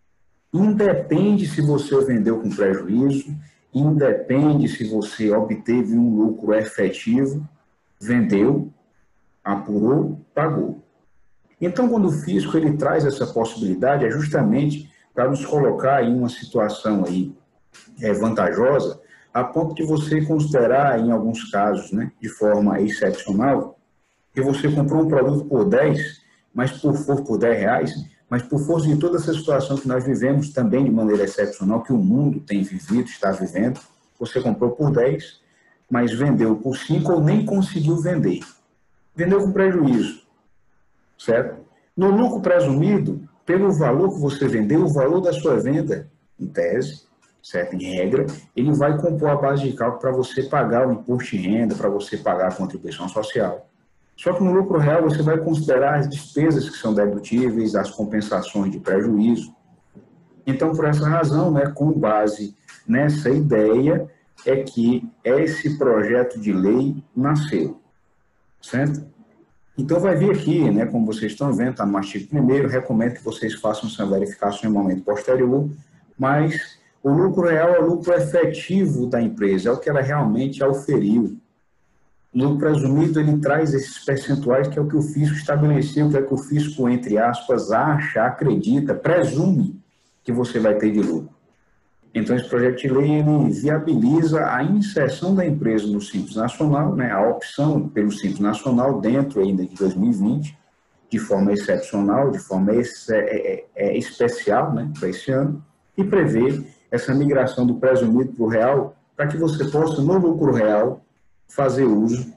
Independe se você vendeu com prejuízo, independe se você obteve um lucro efetivo, vendeu, apurou, pagou. Então, quando o fisco ele traz essa possibilidade, é justamente para nos colocar em uma situação aí é, vantajosa, a ponto de você considerar, em alguns casos, né, de forma excepcional, que você comprou um produto por dez, mas por for por dez reais, mas por força de toda essa situação que nós vivemos também de maneira excepcional, que o mundo tem vivido, está vivendo, você comprou por dez, mas vendeu por cinco ou nem conseguiu vender. Vendeu com prejuízo, certo? No lucro presumido, pelo valor que você vendeu, o valor da sua venda, em tese, certo? Em regra, ele vai compor a base de cálculo para você pagar o imposto de renda, para você pagar a contribuição social. Só que no lucro real você vai considerar as despesas que são dedutíveis, as compensações de prejuízo. Então, por essa razão, né, com base nessa ideia, é que esse projeto de lei nasceu, certo? Então, vai vir aqui, né, como vocês estão vendo, está no artigo primeiro, recomendo que vocês façam essa verificação em um momento posterior, mas o lucro real é o lucro efetivo da empresa, é o que ela realmente auferiu. O lucro presumido, ele traz esses percentuais, que é o que o fisco estabeleceu, que é o que o fisco, entre aspas, acha, acredita, presume que você vai ter de lucro. Então, esse projeto de lei, ele viabiliza a inserção da empresa no Simples Nacional, né, a opção pelo Simples Nacional dentro ainda de dois mil e vinte, de forma excepcional, de forma ex, é, é, especial, né, para esse ano, e prevê essa migração do presumido para o real, para que você possa, no lucro real, fazer uso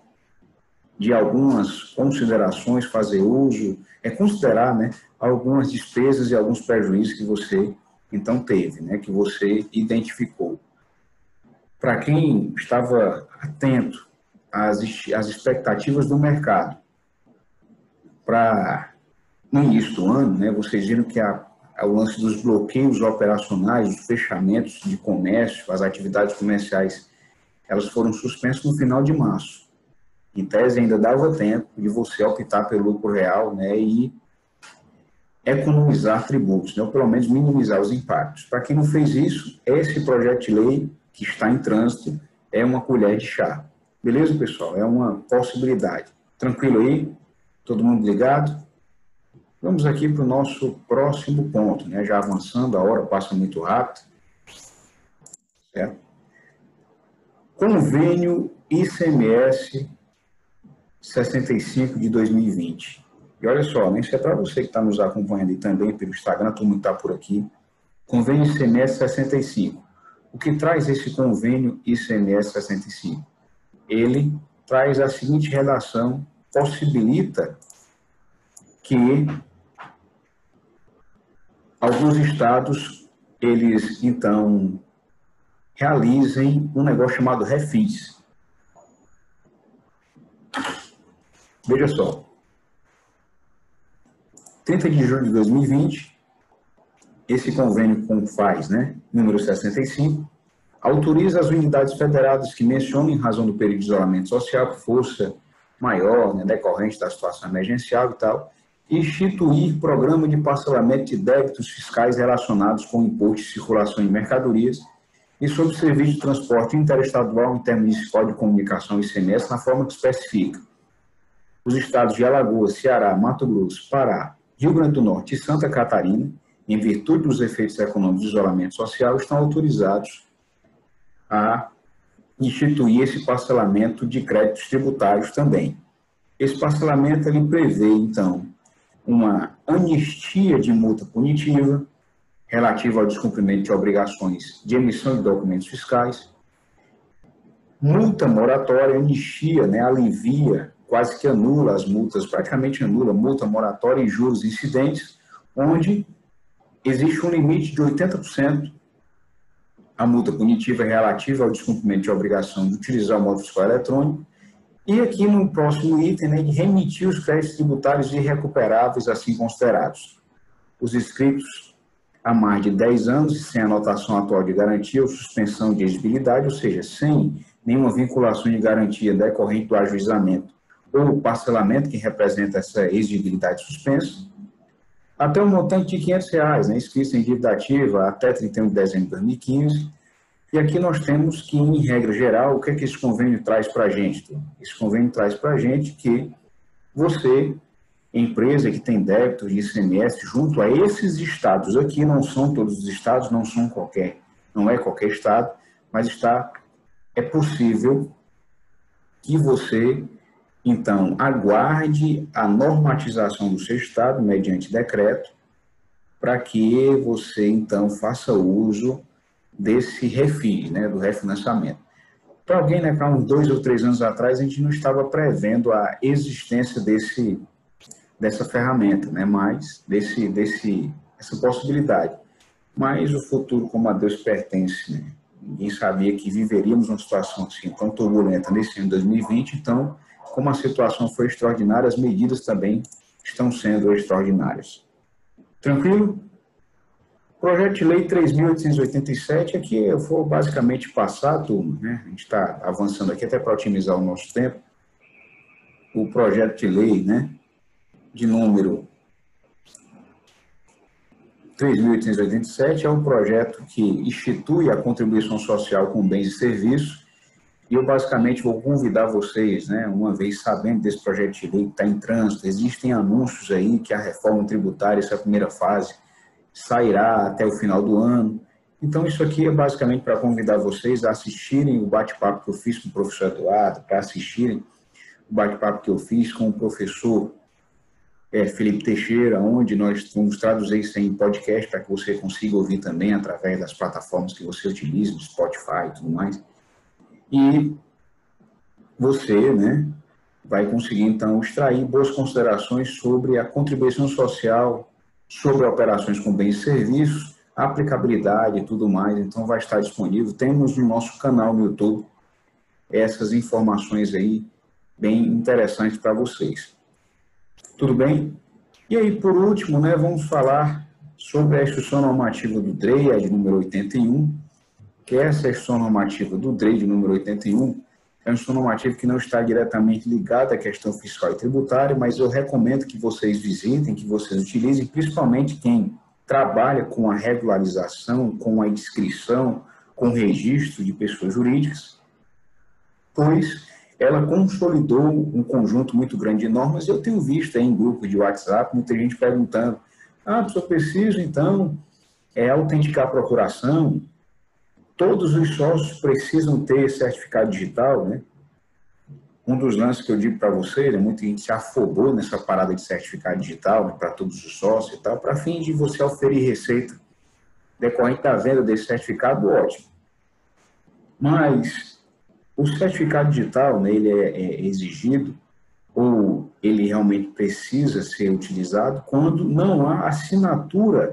de algumas considerações, fazer uso, é considerar, né, algumas despesas e alguns prejuízos que você, então, teve, né, que você identificou. Para quem estava atento às, às expectativas do mercado, para no início do ano, né, vocês viram que a, a, o lance dos bloqueios operacionais, os fechamentos de comércio, as atividades comerciais, elas foram suspensas no final de março. Em tese, ainda dava tempo de você optar pelo lucro real, né, e economizar tributos, né, ou pelo menos minimizar os impactos. Para quem não fez isso, esse projeto de lei que está em trânsito é uma colher de chá. Beleza, pessoal? É uma possibilidade. Tranquilo aí? Todo mundo ligado? Vamos aqui para o nosso próximo ponto, né? Já avançando, a hora passa muito rápido. Certo? Convênio I C M S sessenta e cinco de dois mil e vinte. E olha só, isso é para você que está nos acompanhando aí também pelo Instagram, todo mundo está por aqui. Convênio I C M S sessenta e cinco. O que traz esse convênio I C M S sessenta e cinco? Ele traz a seguinte redação, possibilita que alguns estados, eles, então, realizem um negócio chamado refis. Veja só, trinta de julho de dois mil e vinte, esse convênio com faz, né, número sessenta e cinco, autoriza as unidades federadas que mencionam, em razão do período de isolamento social, por força maior, né, decorrente da situação emergencial e tal, instituir programa de parcelamento de débitos fiscais relacionados com o imposto de circulação de mercadorias e sobre serviço de transporte interestadual, intermunicipal de comunicação I C M S, na forma que especifica. Os estados de Alagoas, Ceará, Mato Grosso, Pará, Rio Grande do Norte e Santa Catarina, em virtude dos efeitos econômicos de isolamento social, estão autorizados a instituir esse parcelamento de créditos tributários também. Esse parcelamento ele prevê, então, uma anistia de multa punitiva relativa ao descumprimento de obrigações de emissão de documentos fiscais, Multa moratória, anistia, né, alivia, quase que anula as multas, praticamente anula multa moratória e juros incidentes, onde existe um limite de oitenta por cento. A multa punitiva é relativa ao descumprimento de obrigação de utilizar o modo fiscal eletrônico. E aqui no próximo item, né, de remitir os créditos tributários irrecuperáveis assim considerados. Os inscritos há mais de dez anos e sem anotação atual de garantia ou suspensão de exigibilidade, ou seja, sem nenhuma vinculação de garantia decorrente do ajuizamento ou parcelamento que representa essa exigibilidade suspensa, até um montante de quinhentos reais, né, inscritos em dívida ativa até trinta e um de dezembro de dois mil e quinze. E aqui nós temos que, em regra geral, o que é que esse convênio traz para a gente? Esse convênio traz para a gente que você, empresa que tem débitos de I C M S junto a esses estados aqui, não são todos os estados, não são qualquer, não é qualquer estado, mas está, é possível que você, então, aguarde a normatização do seu estado, mediante decreto, para que você, então, faça uso desse refis, né, do refinanciamento. Para alguém, né, para uns dois ou três anos atrás, a gente não estava prevendo a existência desse, dessa ferramenta, né, mas desse, desse, essa possibilidade. Mas o futuro, como a Deus pertence, né, ninguém sabia que viveríamos uma situação assim tão turbulenta nesse ano de dois mil e vinte, então, como a situação foi extraordinária, as medidas também estão sendo extraordinárias. Tranquilo? Projeto de Lei três mil oitocentos e oitenta e sete, aqui eu vou basicamente passar, turma, né? A gente está avançando aqui até para otimizar o nosso tempo. O projeto de lei, né, de número três mil oitocentos e oitenta e sete é um projeto que institui a contribuição social com bens e serviços, e eu basicamente vou convidar vocês, né, uma vez sabendo desse projeto de lei que está em trânsito, existem anúncios aí que a reforma tributária, essa primeira fase, sairá até o final do ano. Então, isso aqui é basicamente para convidar vocês a assistirem o bate-papo que eu fiz com o professor Eduardo, para assistirem o bate-papo que eu fiz com o professor é, Felipe Teixeira, onde nós vamos traduzir isso em podcast para que você consiga ouvir também através das plataformas que você utiliza, do Spotify e tudo mais. E você, né, vai conseguir, então, extrair boas considerações sobre a contribuição social, sobre operações com bens e serviços, aplicabilidade e tudo mais. Então, vai estar disponível. Temos no nosso canal no YouTube essas informações aí bem interessantes para vocês. Tudo bem? E aí, por último, né, vamos falar sobre a Instrução Normativa do D R E I, a de número oitenta e um, que essa Instrução Normativa do D R E I, de número oitenta e um, é uma instrução normativa que não está diretamente ligada à questão fiscal e tributária, mas eu recomendo que vocês visitem, que vocês utilizem, principalmente quem trabalha com a regularização, com a inscrição, com o registro de pessoas jurídicas, pois ela consolidou um conjunto muito grande de normas. Eu tenho visto aí em grupos de WhatsApp muita gente perguntando: ah, se eu preciso, então, é, autenticar a procuração, todos os sócios precisam ter certificado digital, né? Um dos lances que eu digo para vocês, é muita gente se afobou nessa parada de certificado digital, né, para todos os sócios e tal, para fim de você oferir receita decorrente da venda desse certificado, ótimo. Mas o certificado digital, né, ele é, é exigido, ou ele realmente precisa ser utilizado quando não há assinatura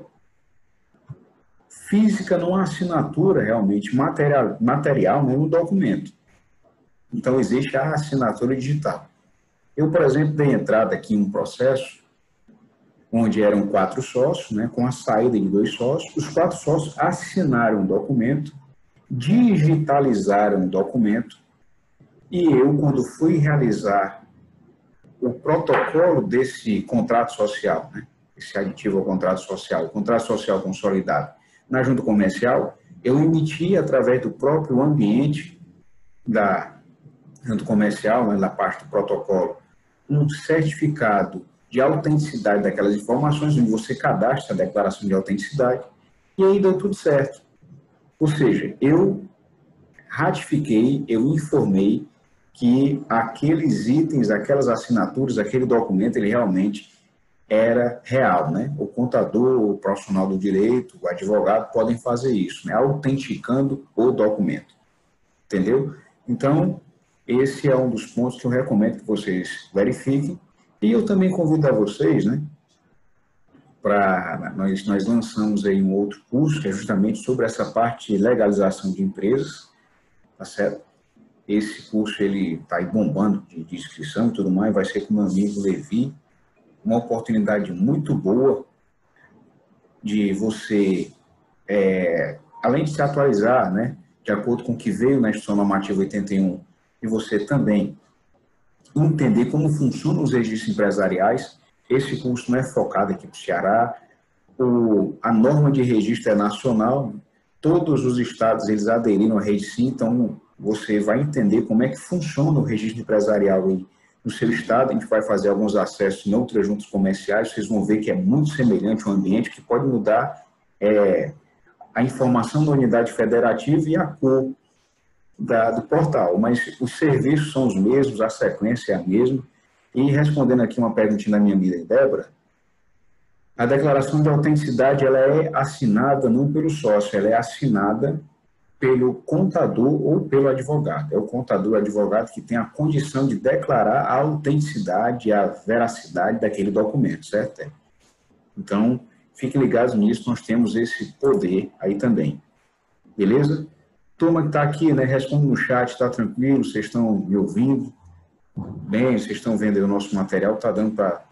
física, não há assinatura realmente material, material né, no documento. Então, existe a assinatura digital. Eu, por exemplo, dei entrada aqui em um processo onde eram quatro sócios, né, com a saída de dois sócios. Os quatro sócios assinaram o documento, digitalizaram o documento, e eu, quando fui realizar o protocolo desse contrato social, né, esse aditivo ao contrato social, o contrato social consolidado, na junta comercial, eu emiti, através do próprio ambiente da junta comercial, né, da parte do protocolo, um certificado de autenticidade daquelas informações, onde você cadastra a declaração de autenticidade, e aí deu tudo certo. Ou seja, eu ratifiquei, eu informei que aqueles itens, aquelas assinaturas, aquele documento, ele realmente era real, né? O contador, o profissional do direito, o advogado podem fazer isso, né? Autenticando o documento, entendeu? Então, esse é um dos pontos que eu recomendo que vocês verifiquem. E eu também convido a vocês, né, para nós, nós lançamos aí um outro curso, que é justamente sobre essa parte de legalização de empresas, tá certo? Esse curso, ele está aí bombando de, de inscrição e tudo mais, vai ser com o meu amigo Levi, uma oportunidade muito boa de você, é, além de se atualizar, né, de acordo com o que veio na Instituição Normativa oitenta e um, e você também entender como funcionam os registros empresariais. Esse curso não é focado aqui para o Ceará, o, a norma de registro é nacional, todos os estados eles aderiram à rede sim, então você vai entender como é que funciona o registro empresarial aí no seu estado. A gente vai fazer alguns acessos em outras juntas comerciais, vocês vão ver que é muito semelhante ao ambiente, que pode mudar é, a informação da unidade federativa e a cor da, do portal, mas os serviços são os mesmos, a sequência é a mesma. E respondendo aqui uma perguntinha da minha amiga Débora, a declaração de autenticidade ela é assinada não pelo sócio, ela é assinada pelo contador ou pelo advogado. É o contador ou advogado que tem a condição de declarar a autenticidade e a veracidade daquele documento, certo? Então, fiquem ligados nisso, nós temos esse poder aí também. Beleza? Turma que está aqui, né, responde no chat, está tranquilo, vocês estão me ouvindo bem, vocês estão vendo aí o nosso material, está dando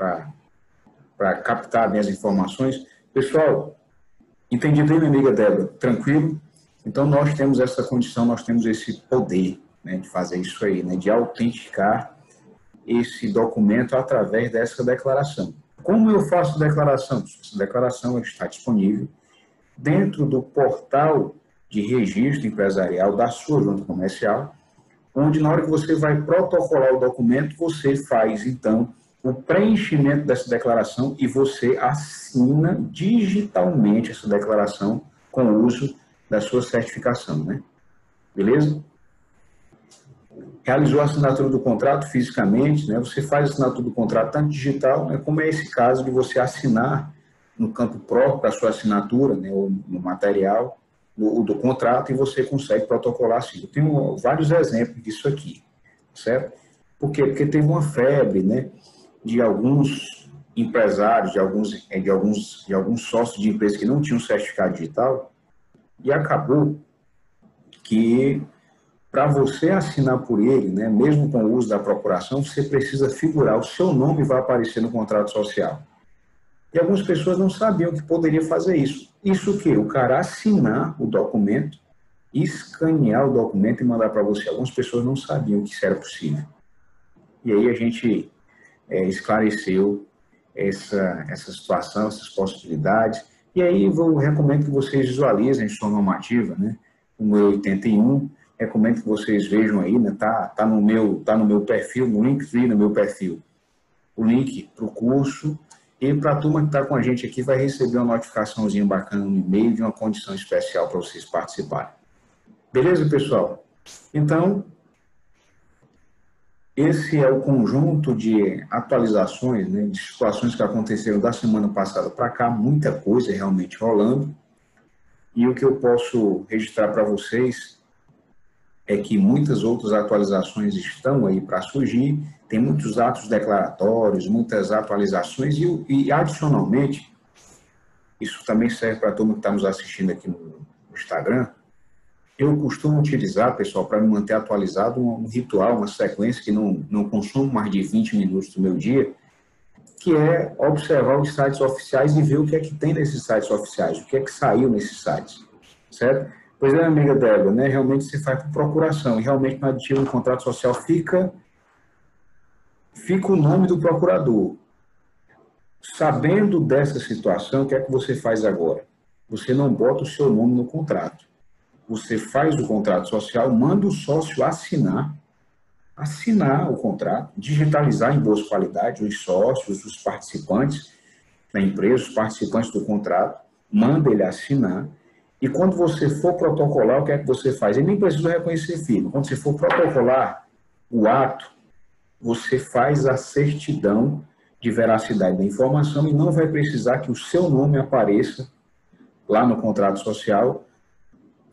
para captar bem as informações. Pessoal, entendi bem, minha amiga Débora, tranquilo? Então, nós temos essa condição, nós temos esse poder, né, de fazer isso aí, né, de autenticar esse documento através dessa declaração. Como eu faço a declaração? Essa declaração está disponível dentro do portal de registro empresarial da sua junta comercial, onde na hora que você vai protocolar o documento, você faz, então, o preenchimento dessa declaração e você assina digitalmente essa declaração com o uso da sua certificação, né? Beleza? Realizou a assinatura do contrato fisicamente, né? Você faz a assinatura do contrato tanto digital, né, como é esse caso de você assinar no campo próprio da sua assinatura, né, ou no material do, do contrato, e você consegue protocolar assim. Eu tenho vários exemplos disso aqui, certo? Por quê? Porque teve uma febre, né, de alguns empresários, de alguns, de alguns, de alguns sócios de empresas que não tinham certificado digital, e acabou que, para você assinar por ele, né, mesmo com o uso da procuração, você precisa figurar, o seu nome vai aparecer no contrato social. E algumas pessoas não sabiam que poderia fazer isso. Isso o quê? O cara assinar o documento, escanear o documento e mandar para você. Algumas pessoas não sabiam que isso era possível. E aí a gente é, esclareceu essa, essa situação, essas possibilidades. E aí eu recomendo que vocês visualizem a Instituição Normativa, né, número oitenta e um, recomendo que vocês vejam aí, né, tá, tá, no meu, tá no meu perfil, no Linktree, no meu perfil, o link para o curso, e para a turma que está com a gente aqui vai receber uma notificaçãozinha bacana no e-mail de uma condição especial para vocês participarem. Beleza, pessoal? Então, esse é o conjunto de atualizações, né, de situações que aconteceram da semana passada para cá, muita coisa realmente rolando. E o que eu posso registrar para vocês é que muitas outras atualizações estão aí para surgir, tem muitos atos declaratórios, muitas atualizações, e, e adicionalmente, isso também serve para a turma que está nos assistindo aqui no, no Instagram, eu costumo utilizar, pessoal, para me manter atualizado, um, um ritual, uma sequência que não, não consumo mais de vinte minutos do meu dia, que é observar os sites oficiais e ver o que é que tem nesses sites oficiais, o que é que saiu nesses sites, certo? Pois é, amiga Débora, né? Realmente se faz por procuração, e realmente no aditivo do contrato social fica, fica o nome do procurador. Sabendo dessa situação, o que é que você faz agora? Você não bota o seu nome no contrato. Você faz o contrato social, manda o sócio assinar, assinar o contrato, digitalizar em boas qualidades os sócios, os participantes da empresa, os participantes do contrato, manda ele assinar. E quando você for protocolar, o que é que você faz? Ele nem precisa reconhecer firma. Quando você for protocolar o ato, você faz a certidão de veracidade da informação e não vai precisar que o seu nome apareça lá no contrato social,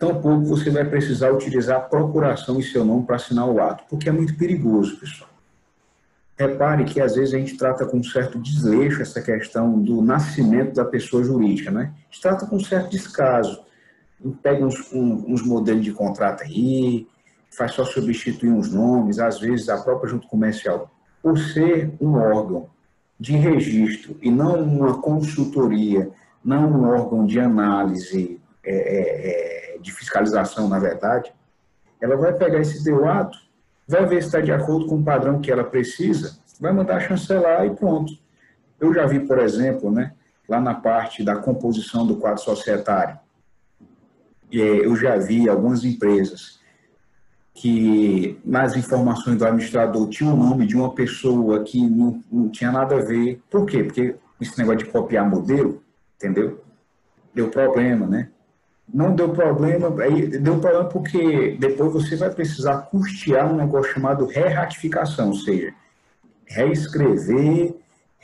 tampouco você vai precisar utilizar a procuração em seu nome para assinar o ato, porque é muito perigoso, pessoal. Repare que às vezes a gente trata com um certo desleixo essa questão do nascimento da pessoa jurídica, né? A gente trata com um certo descaso. A gente pega uns, um, uns modelos de contrato aí, faz só substituir uns nomes, às vezes a própria junta comercial, por ser um órgão de registro e não uma consultoria, não um órgão de análise, é, é, de fiscalização, na verdade, ela vai pegar esse teu ato, vai ver se está de acordo com o padrão que ela precisa, vai mandar chancelar e pronto. Eu já vi, por exemplo, né, lá na parte da composição do quadro societário, eu já vi algumas empresas que nas informações do administrador tinha o nome de uma pessoa que não, não tinha nada a ver. Por quê? Porque esse negócio de copiar modelo, entendeu? Deu problema, né? Não deu problema, aí deu problema porque depois você vai precisar custear um negócio chamado re-ratificação, ou seja, reescrever,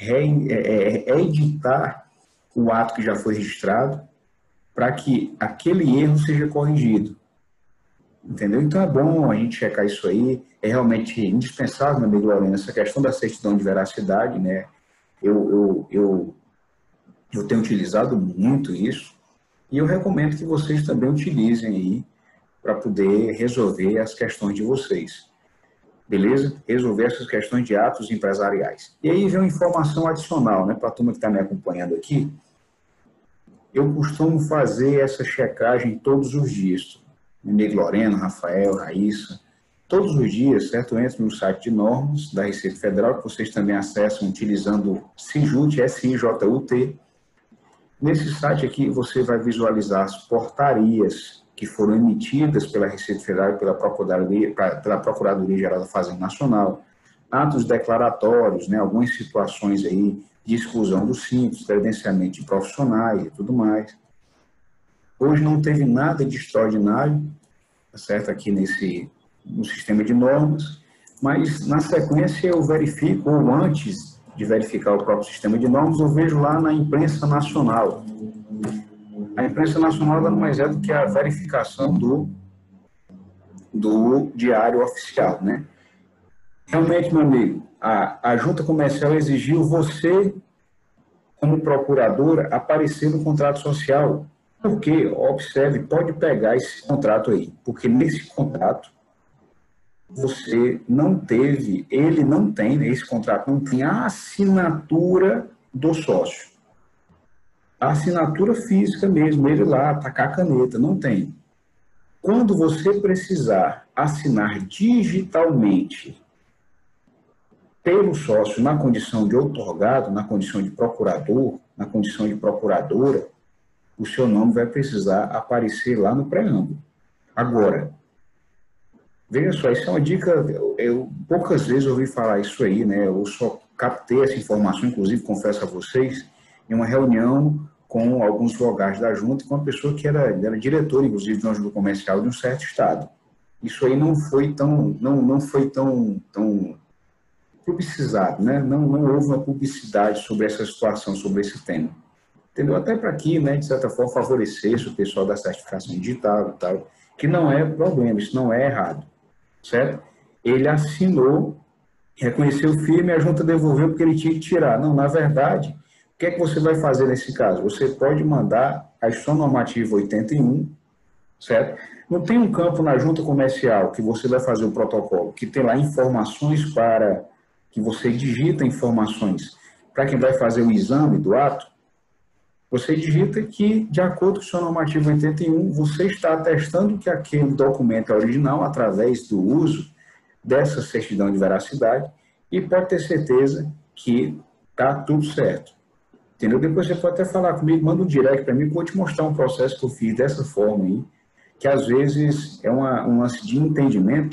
reeditar o ato que já foi registrado para que aquele erro seja corrigido. Entendeu? Então é bom a gente checar isso aí, é realmente indispensável, meu amigo Lorena, essa questão da certidão de veracidade, né? Eu, eu, eu, eu tenho utilizado muito isso e eu recomendo que vocês também utilizem aí para poder resolver as questões de vocês, beleza? Resolver essas questões de atos empresariais. E aí vem uma informação adicional, né, para a turma que está me acompanhando aqui. Eu costumo fazer essa checagem todos os dias. Meu amigo Lorena, Rafael, Raíssa, todos os dias, certo? Eu entro no site de normas da Receita Federal, que vocês também acessam utilizando o SIJUT, S I J U T. Nesse site aqui você vai visualizar as portarias que foram emitidas pela Receita Federal e pela Procuradoria, pela Procuradoria-Geral da Fazenda Nacional, atos declaratórios, né, algumas situações aí de exclusão dos simples, credenciamento de profissionais e tudo mais. Hoje não teve nada de extraordinário, tá certo, aqui nesse, no sistema de normas, mas na sequência eu verifico, ou antes de verificar o próprio sistema de normas, eu vejo lá na imprensa nacional. A imprensa nacional nada mais é do que a verificação do, do diário oficial, né? Realmente, meu amigo, a, a junta comercial exigiu você, como procuradora, aparecer no contrato social. Porque, observe, pode pegar esse contrato aí, porque nesse contrato você não teve, ele não tem, esse contrato não tem a assinatura do sócio. A assinatura física mesmo, ele lá, tacar a caneta, não tem. Quando você precisar assinar digitalmente pelo sócio na condição de outorgado, na condição de procurador, na condição de procuradora, o seu nome vai precisar aparecer lá no preâmbulo. Agora, veja só, isso é uma dica, eu, eu poucas vezes ouvi falar isso aí, né? Eu só captei essa informação, inclusive, confesso a vocês, em uma reunião com alguns vogais da junta, com uma pessoa que era, era diretora, inclusive, de uma junta comercial de um certo estado. Isso aí não foi tão, não, não foi tão, tão publicizado, né? Não, não houve uma publicidade sobre essa situação, sobre esse tema. Entendeu? Até para aqui, né, de certa forma, favorecer o pessoal da certificação digital e tal, que não é problema, isso não é errado, certo? Ele assinou, reconheceu firme, a junta devolveu porque ele tinha que tirar. Não, na verdade, o que é que você vai fazer nesse caso? Você pode mandar a Instrução Normativa oitenta e um, certo? Não tem um campo na junta comercial que você vai fazer o protocolo, que tem lá informações para, que você digita informações para quem vai fazer o exame do ato. Você digita que, de acordo com o seu normativo oitenta e um, você está atestando que aquele documento é original através do uso dessa certidão de veracidade e pode ter certeza que está tudo certo. Entendeu? Depois você pode até falar comigo, manda um direct para mim que eu vou te mostrar um processo que eu fiz dessa forma aí, que às vezes é uma, um lance de entendimento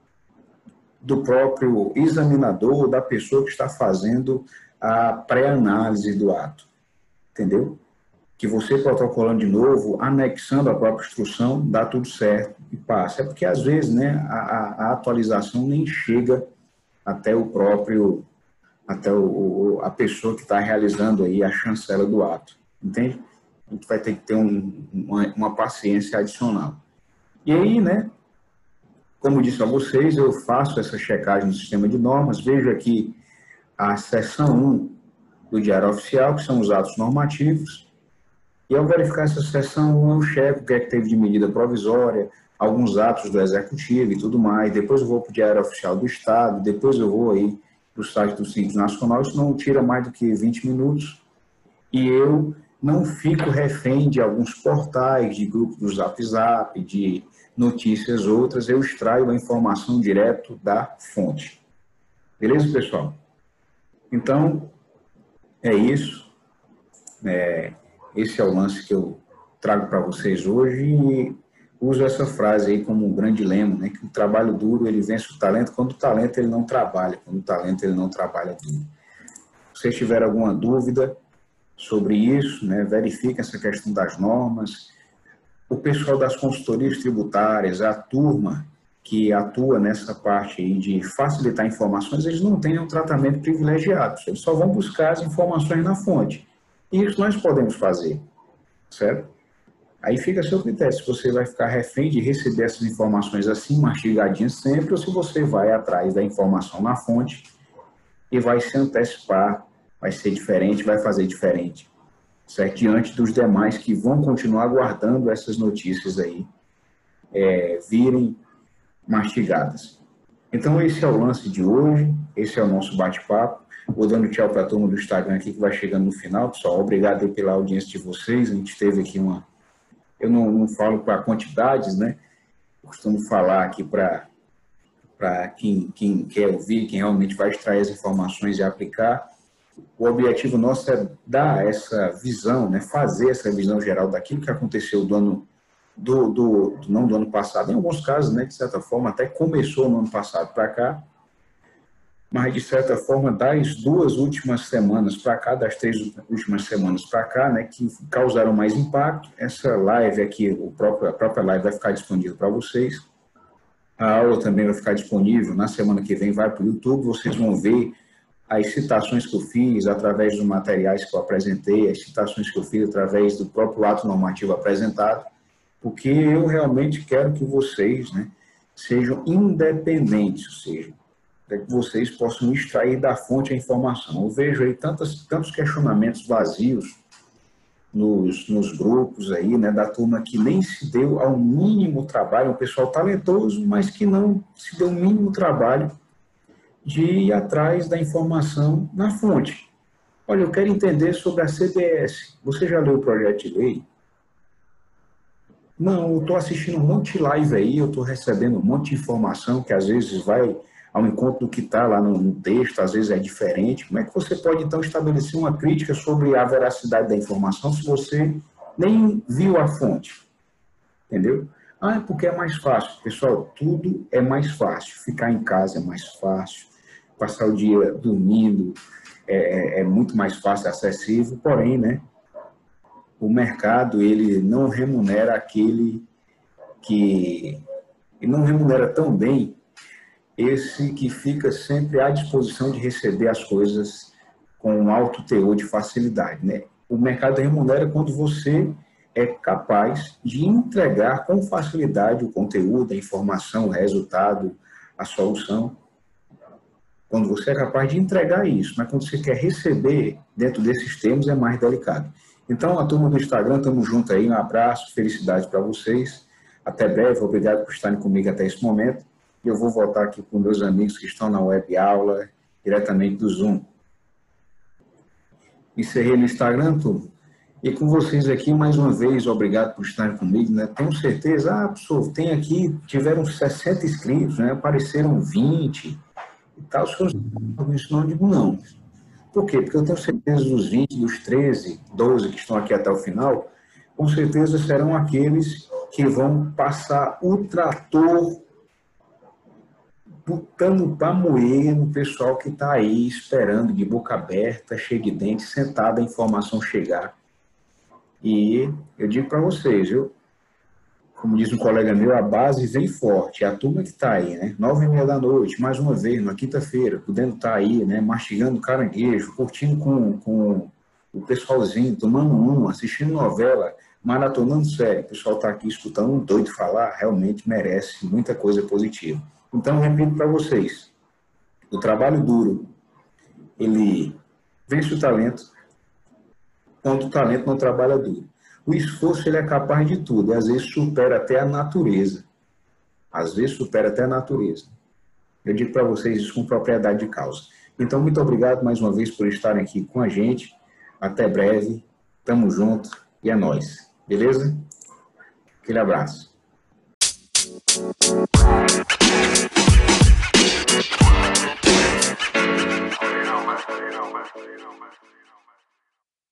do próprio examinador, da pessoa que está fazendo a pré-análise do ato. Entendeu? Que você protocolando de novo, anexando a própria instrução, dá tudo certo e passa. É porque, às vezes, né, a, a atualização nem chega até o próprio, até o, a pessoa que está realizando aí a chancela do ato, entende? A gente vai ter que ter um, uma, uma paciência adicional. E aí, né, como disse a vocês, eu faço essa checagem no sistema de normas, vejo aqui a seção um do Diário Oficial, que são os atos normativos, e ao verificar essa seção um, eu checo o que é que teve de medida provisória, alguns atos do Executivo e tudo mais, depois eu vou para o Diário Oficial do Estado, depois eu vou aí para o site do Simples Nacional, isso não tira mais do que vinte minutos, e eu não fico refém de alguns portais, de grupos do Zap Zap, de notícias outras, eu extraio a informação direto da fonte. Beleza, pessoal? Então, é isso. É, esse é o lance que eu trago para vocês hoje e uso essa frase aí como um grande lema, né? Que o trabalho duro, ele vence o talento, quando o talento ele não trabalha, quando o talento ele não trabalha duro. Se vocês tiverem alguma dúvida sobre isso, né, verifiquem essa questão das normas. O pessoal das consultorias tributárias, a turma que atua nessa parte aí de facilitar informações, eles não têm um tratamento privilegiado, eles só vão buscar as informações na fonte. E isso nós podemos fazer, certo? Aí fica a seu critério, se você vai ficar refém de receber essas informações assim, mastigadinhas sempre, ou se você vai atrás da informação na fonte e vai se antecipar, vai ser diferente, vai fazer diferente, certo? Diante dos demais que vão continuar aguardando essas notícias aí é, virem mastigadas. Então, esse é o lance de hoje, esse é o nosso bate-papo. Vou dando tchau para a turma do Instagram aqui que vai chegando no final, pessoal. Obrigado aí pela audiência de vocês. A gente teve aqui uma... Eu não, não falo para quantidades, né? Eu costumo falar aqui para para quem, quem quer ouvir, quem realmente vai extrair as informações e aplicar. O objetivo nosso é dar essa visão, né, fazer essa visão geral daquilo que aconteceu do ano, do, do, do, não do ano passado, em alguns casos, né, de certa forma, até começou no ano passado para cá, mas de certa forma, das duas últimas semanas para cá, das três últimas semanas para cá, né, que causaram mais impacto. Essa live aqui, o próprio, a própria live vai ficar disponível para vocês. A aula também vai ficar disponível na semana que vem, vai para o YouTube, vocês vão ver as citações que eu fiz através dos materiais que eu apresentei, as citações que eu fiz através do próprio ato normativo apresentado, porque eu realmente quero que vocês, né, sejam independentes, ou seja, para que vocês possam extrair da fonte a informação. Eu vejo aí tantos, tantos questionamentos vazios nos, nos grupos aí, né, da turma que nem se deu ao mínimo trabalho, um pessoal talentoso, mas que não se deu o mínimo trabalho de ir atrás da informação na fonte. Olha, eu quero entender sobre a C B S. Você já leu o projeto de lei? Não, eu estou assistindo um monte de live aí, eu estou recebendo um monte de informação que às vezes vai ao encontro do que está lá no, no texto, às vezes é diferente. Como é que você pode, então, estabelecer uma crítica sobre a veracidade da informação se você nem viu a fonte? Entendeu? Ah, é porque é mais fácil. Pessoal, tudo é mais fácil. Ficar em casa é mais fácil. Passar o dia dormindo é, é muito mais fácil, acessível, porém, né, o mercado, ele não remunera aquele que... Ele não remunera tão bem esse que fica sempre à disposição de receber as coisas com um alto teor de facilidade, né? O mercado remunera quando você é capaz de entregar com facilidade o conteúdo, a informação, o resultado, a solução. Quando você é capaz de entregar isso, mas quando você quer receber dentro desses termos é mais delicado. Então, a turma do Instagram, estamos juntos aí, um abraço, felicidade para vocês. Até breve, obrigado por estarem comigo até esse momento. E eu vou voltar aqui com meus amigos que estão na web aula, diretamente do Zoom. Encerrei no Instagram, turma. E com vocês aqui, mais uma vez, obrigado por estarem comigo, né? Tenho certeza, ah, professor, tem aqui, tiveram sessenta inscritos, né? Apareceram vinte e tal. Se eu não isso, não digo não. Por quê? Porque eu tenho certeza dos vinte, dos treze, doze que estão aqui até o final, com certeza serão aqueles que vão passar o trator botando para moer no pessoal que está aí esperando de boca aberta, cheio de dente, sentado a informação chegar. E eu digo para vocês, eu, como diz um colega meu, a base vem forte, é a turma que está aí, né? Nove e meia da noite, mais uma vez, na quinta-feira, podendo estar aí, né? Mastigando caranguejo, curtindo com, com o pessoalzinho, tomando um, assistindo novela, maratonando sério. O pessoal está aqui escutando um doido falar, realmente merece muita coisa positiva. Então, repito para vocês, o trabalho duro, ele vence o talento, quando o talento não trabalha duro. O esforço, ele é capaz de tudo, e às vezes supera até a natureza. Às vezes supera até a natureza. Eu digo para vocês isso com propriedade de causa. Então, muito obrigado mais uma vez por estarem aqui com a gente. Até breve. Tamo junto e é nóis. Beleza? Aquele abraço.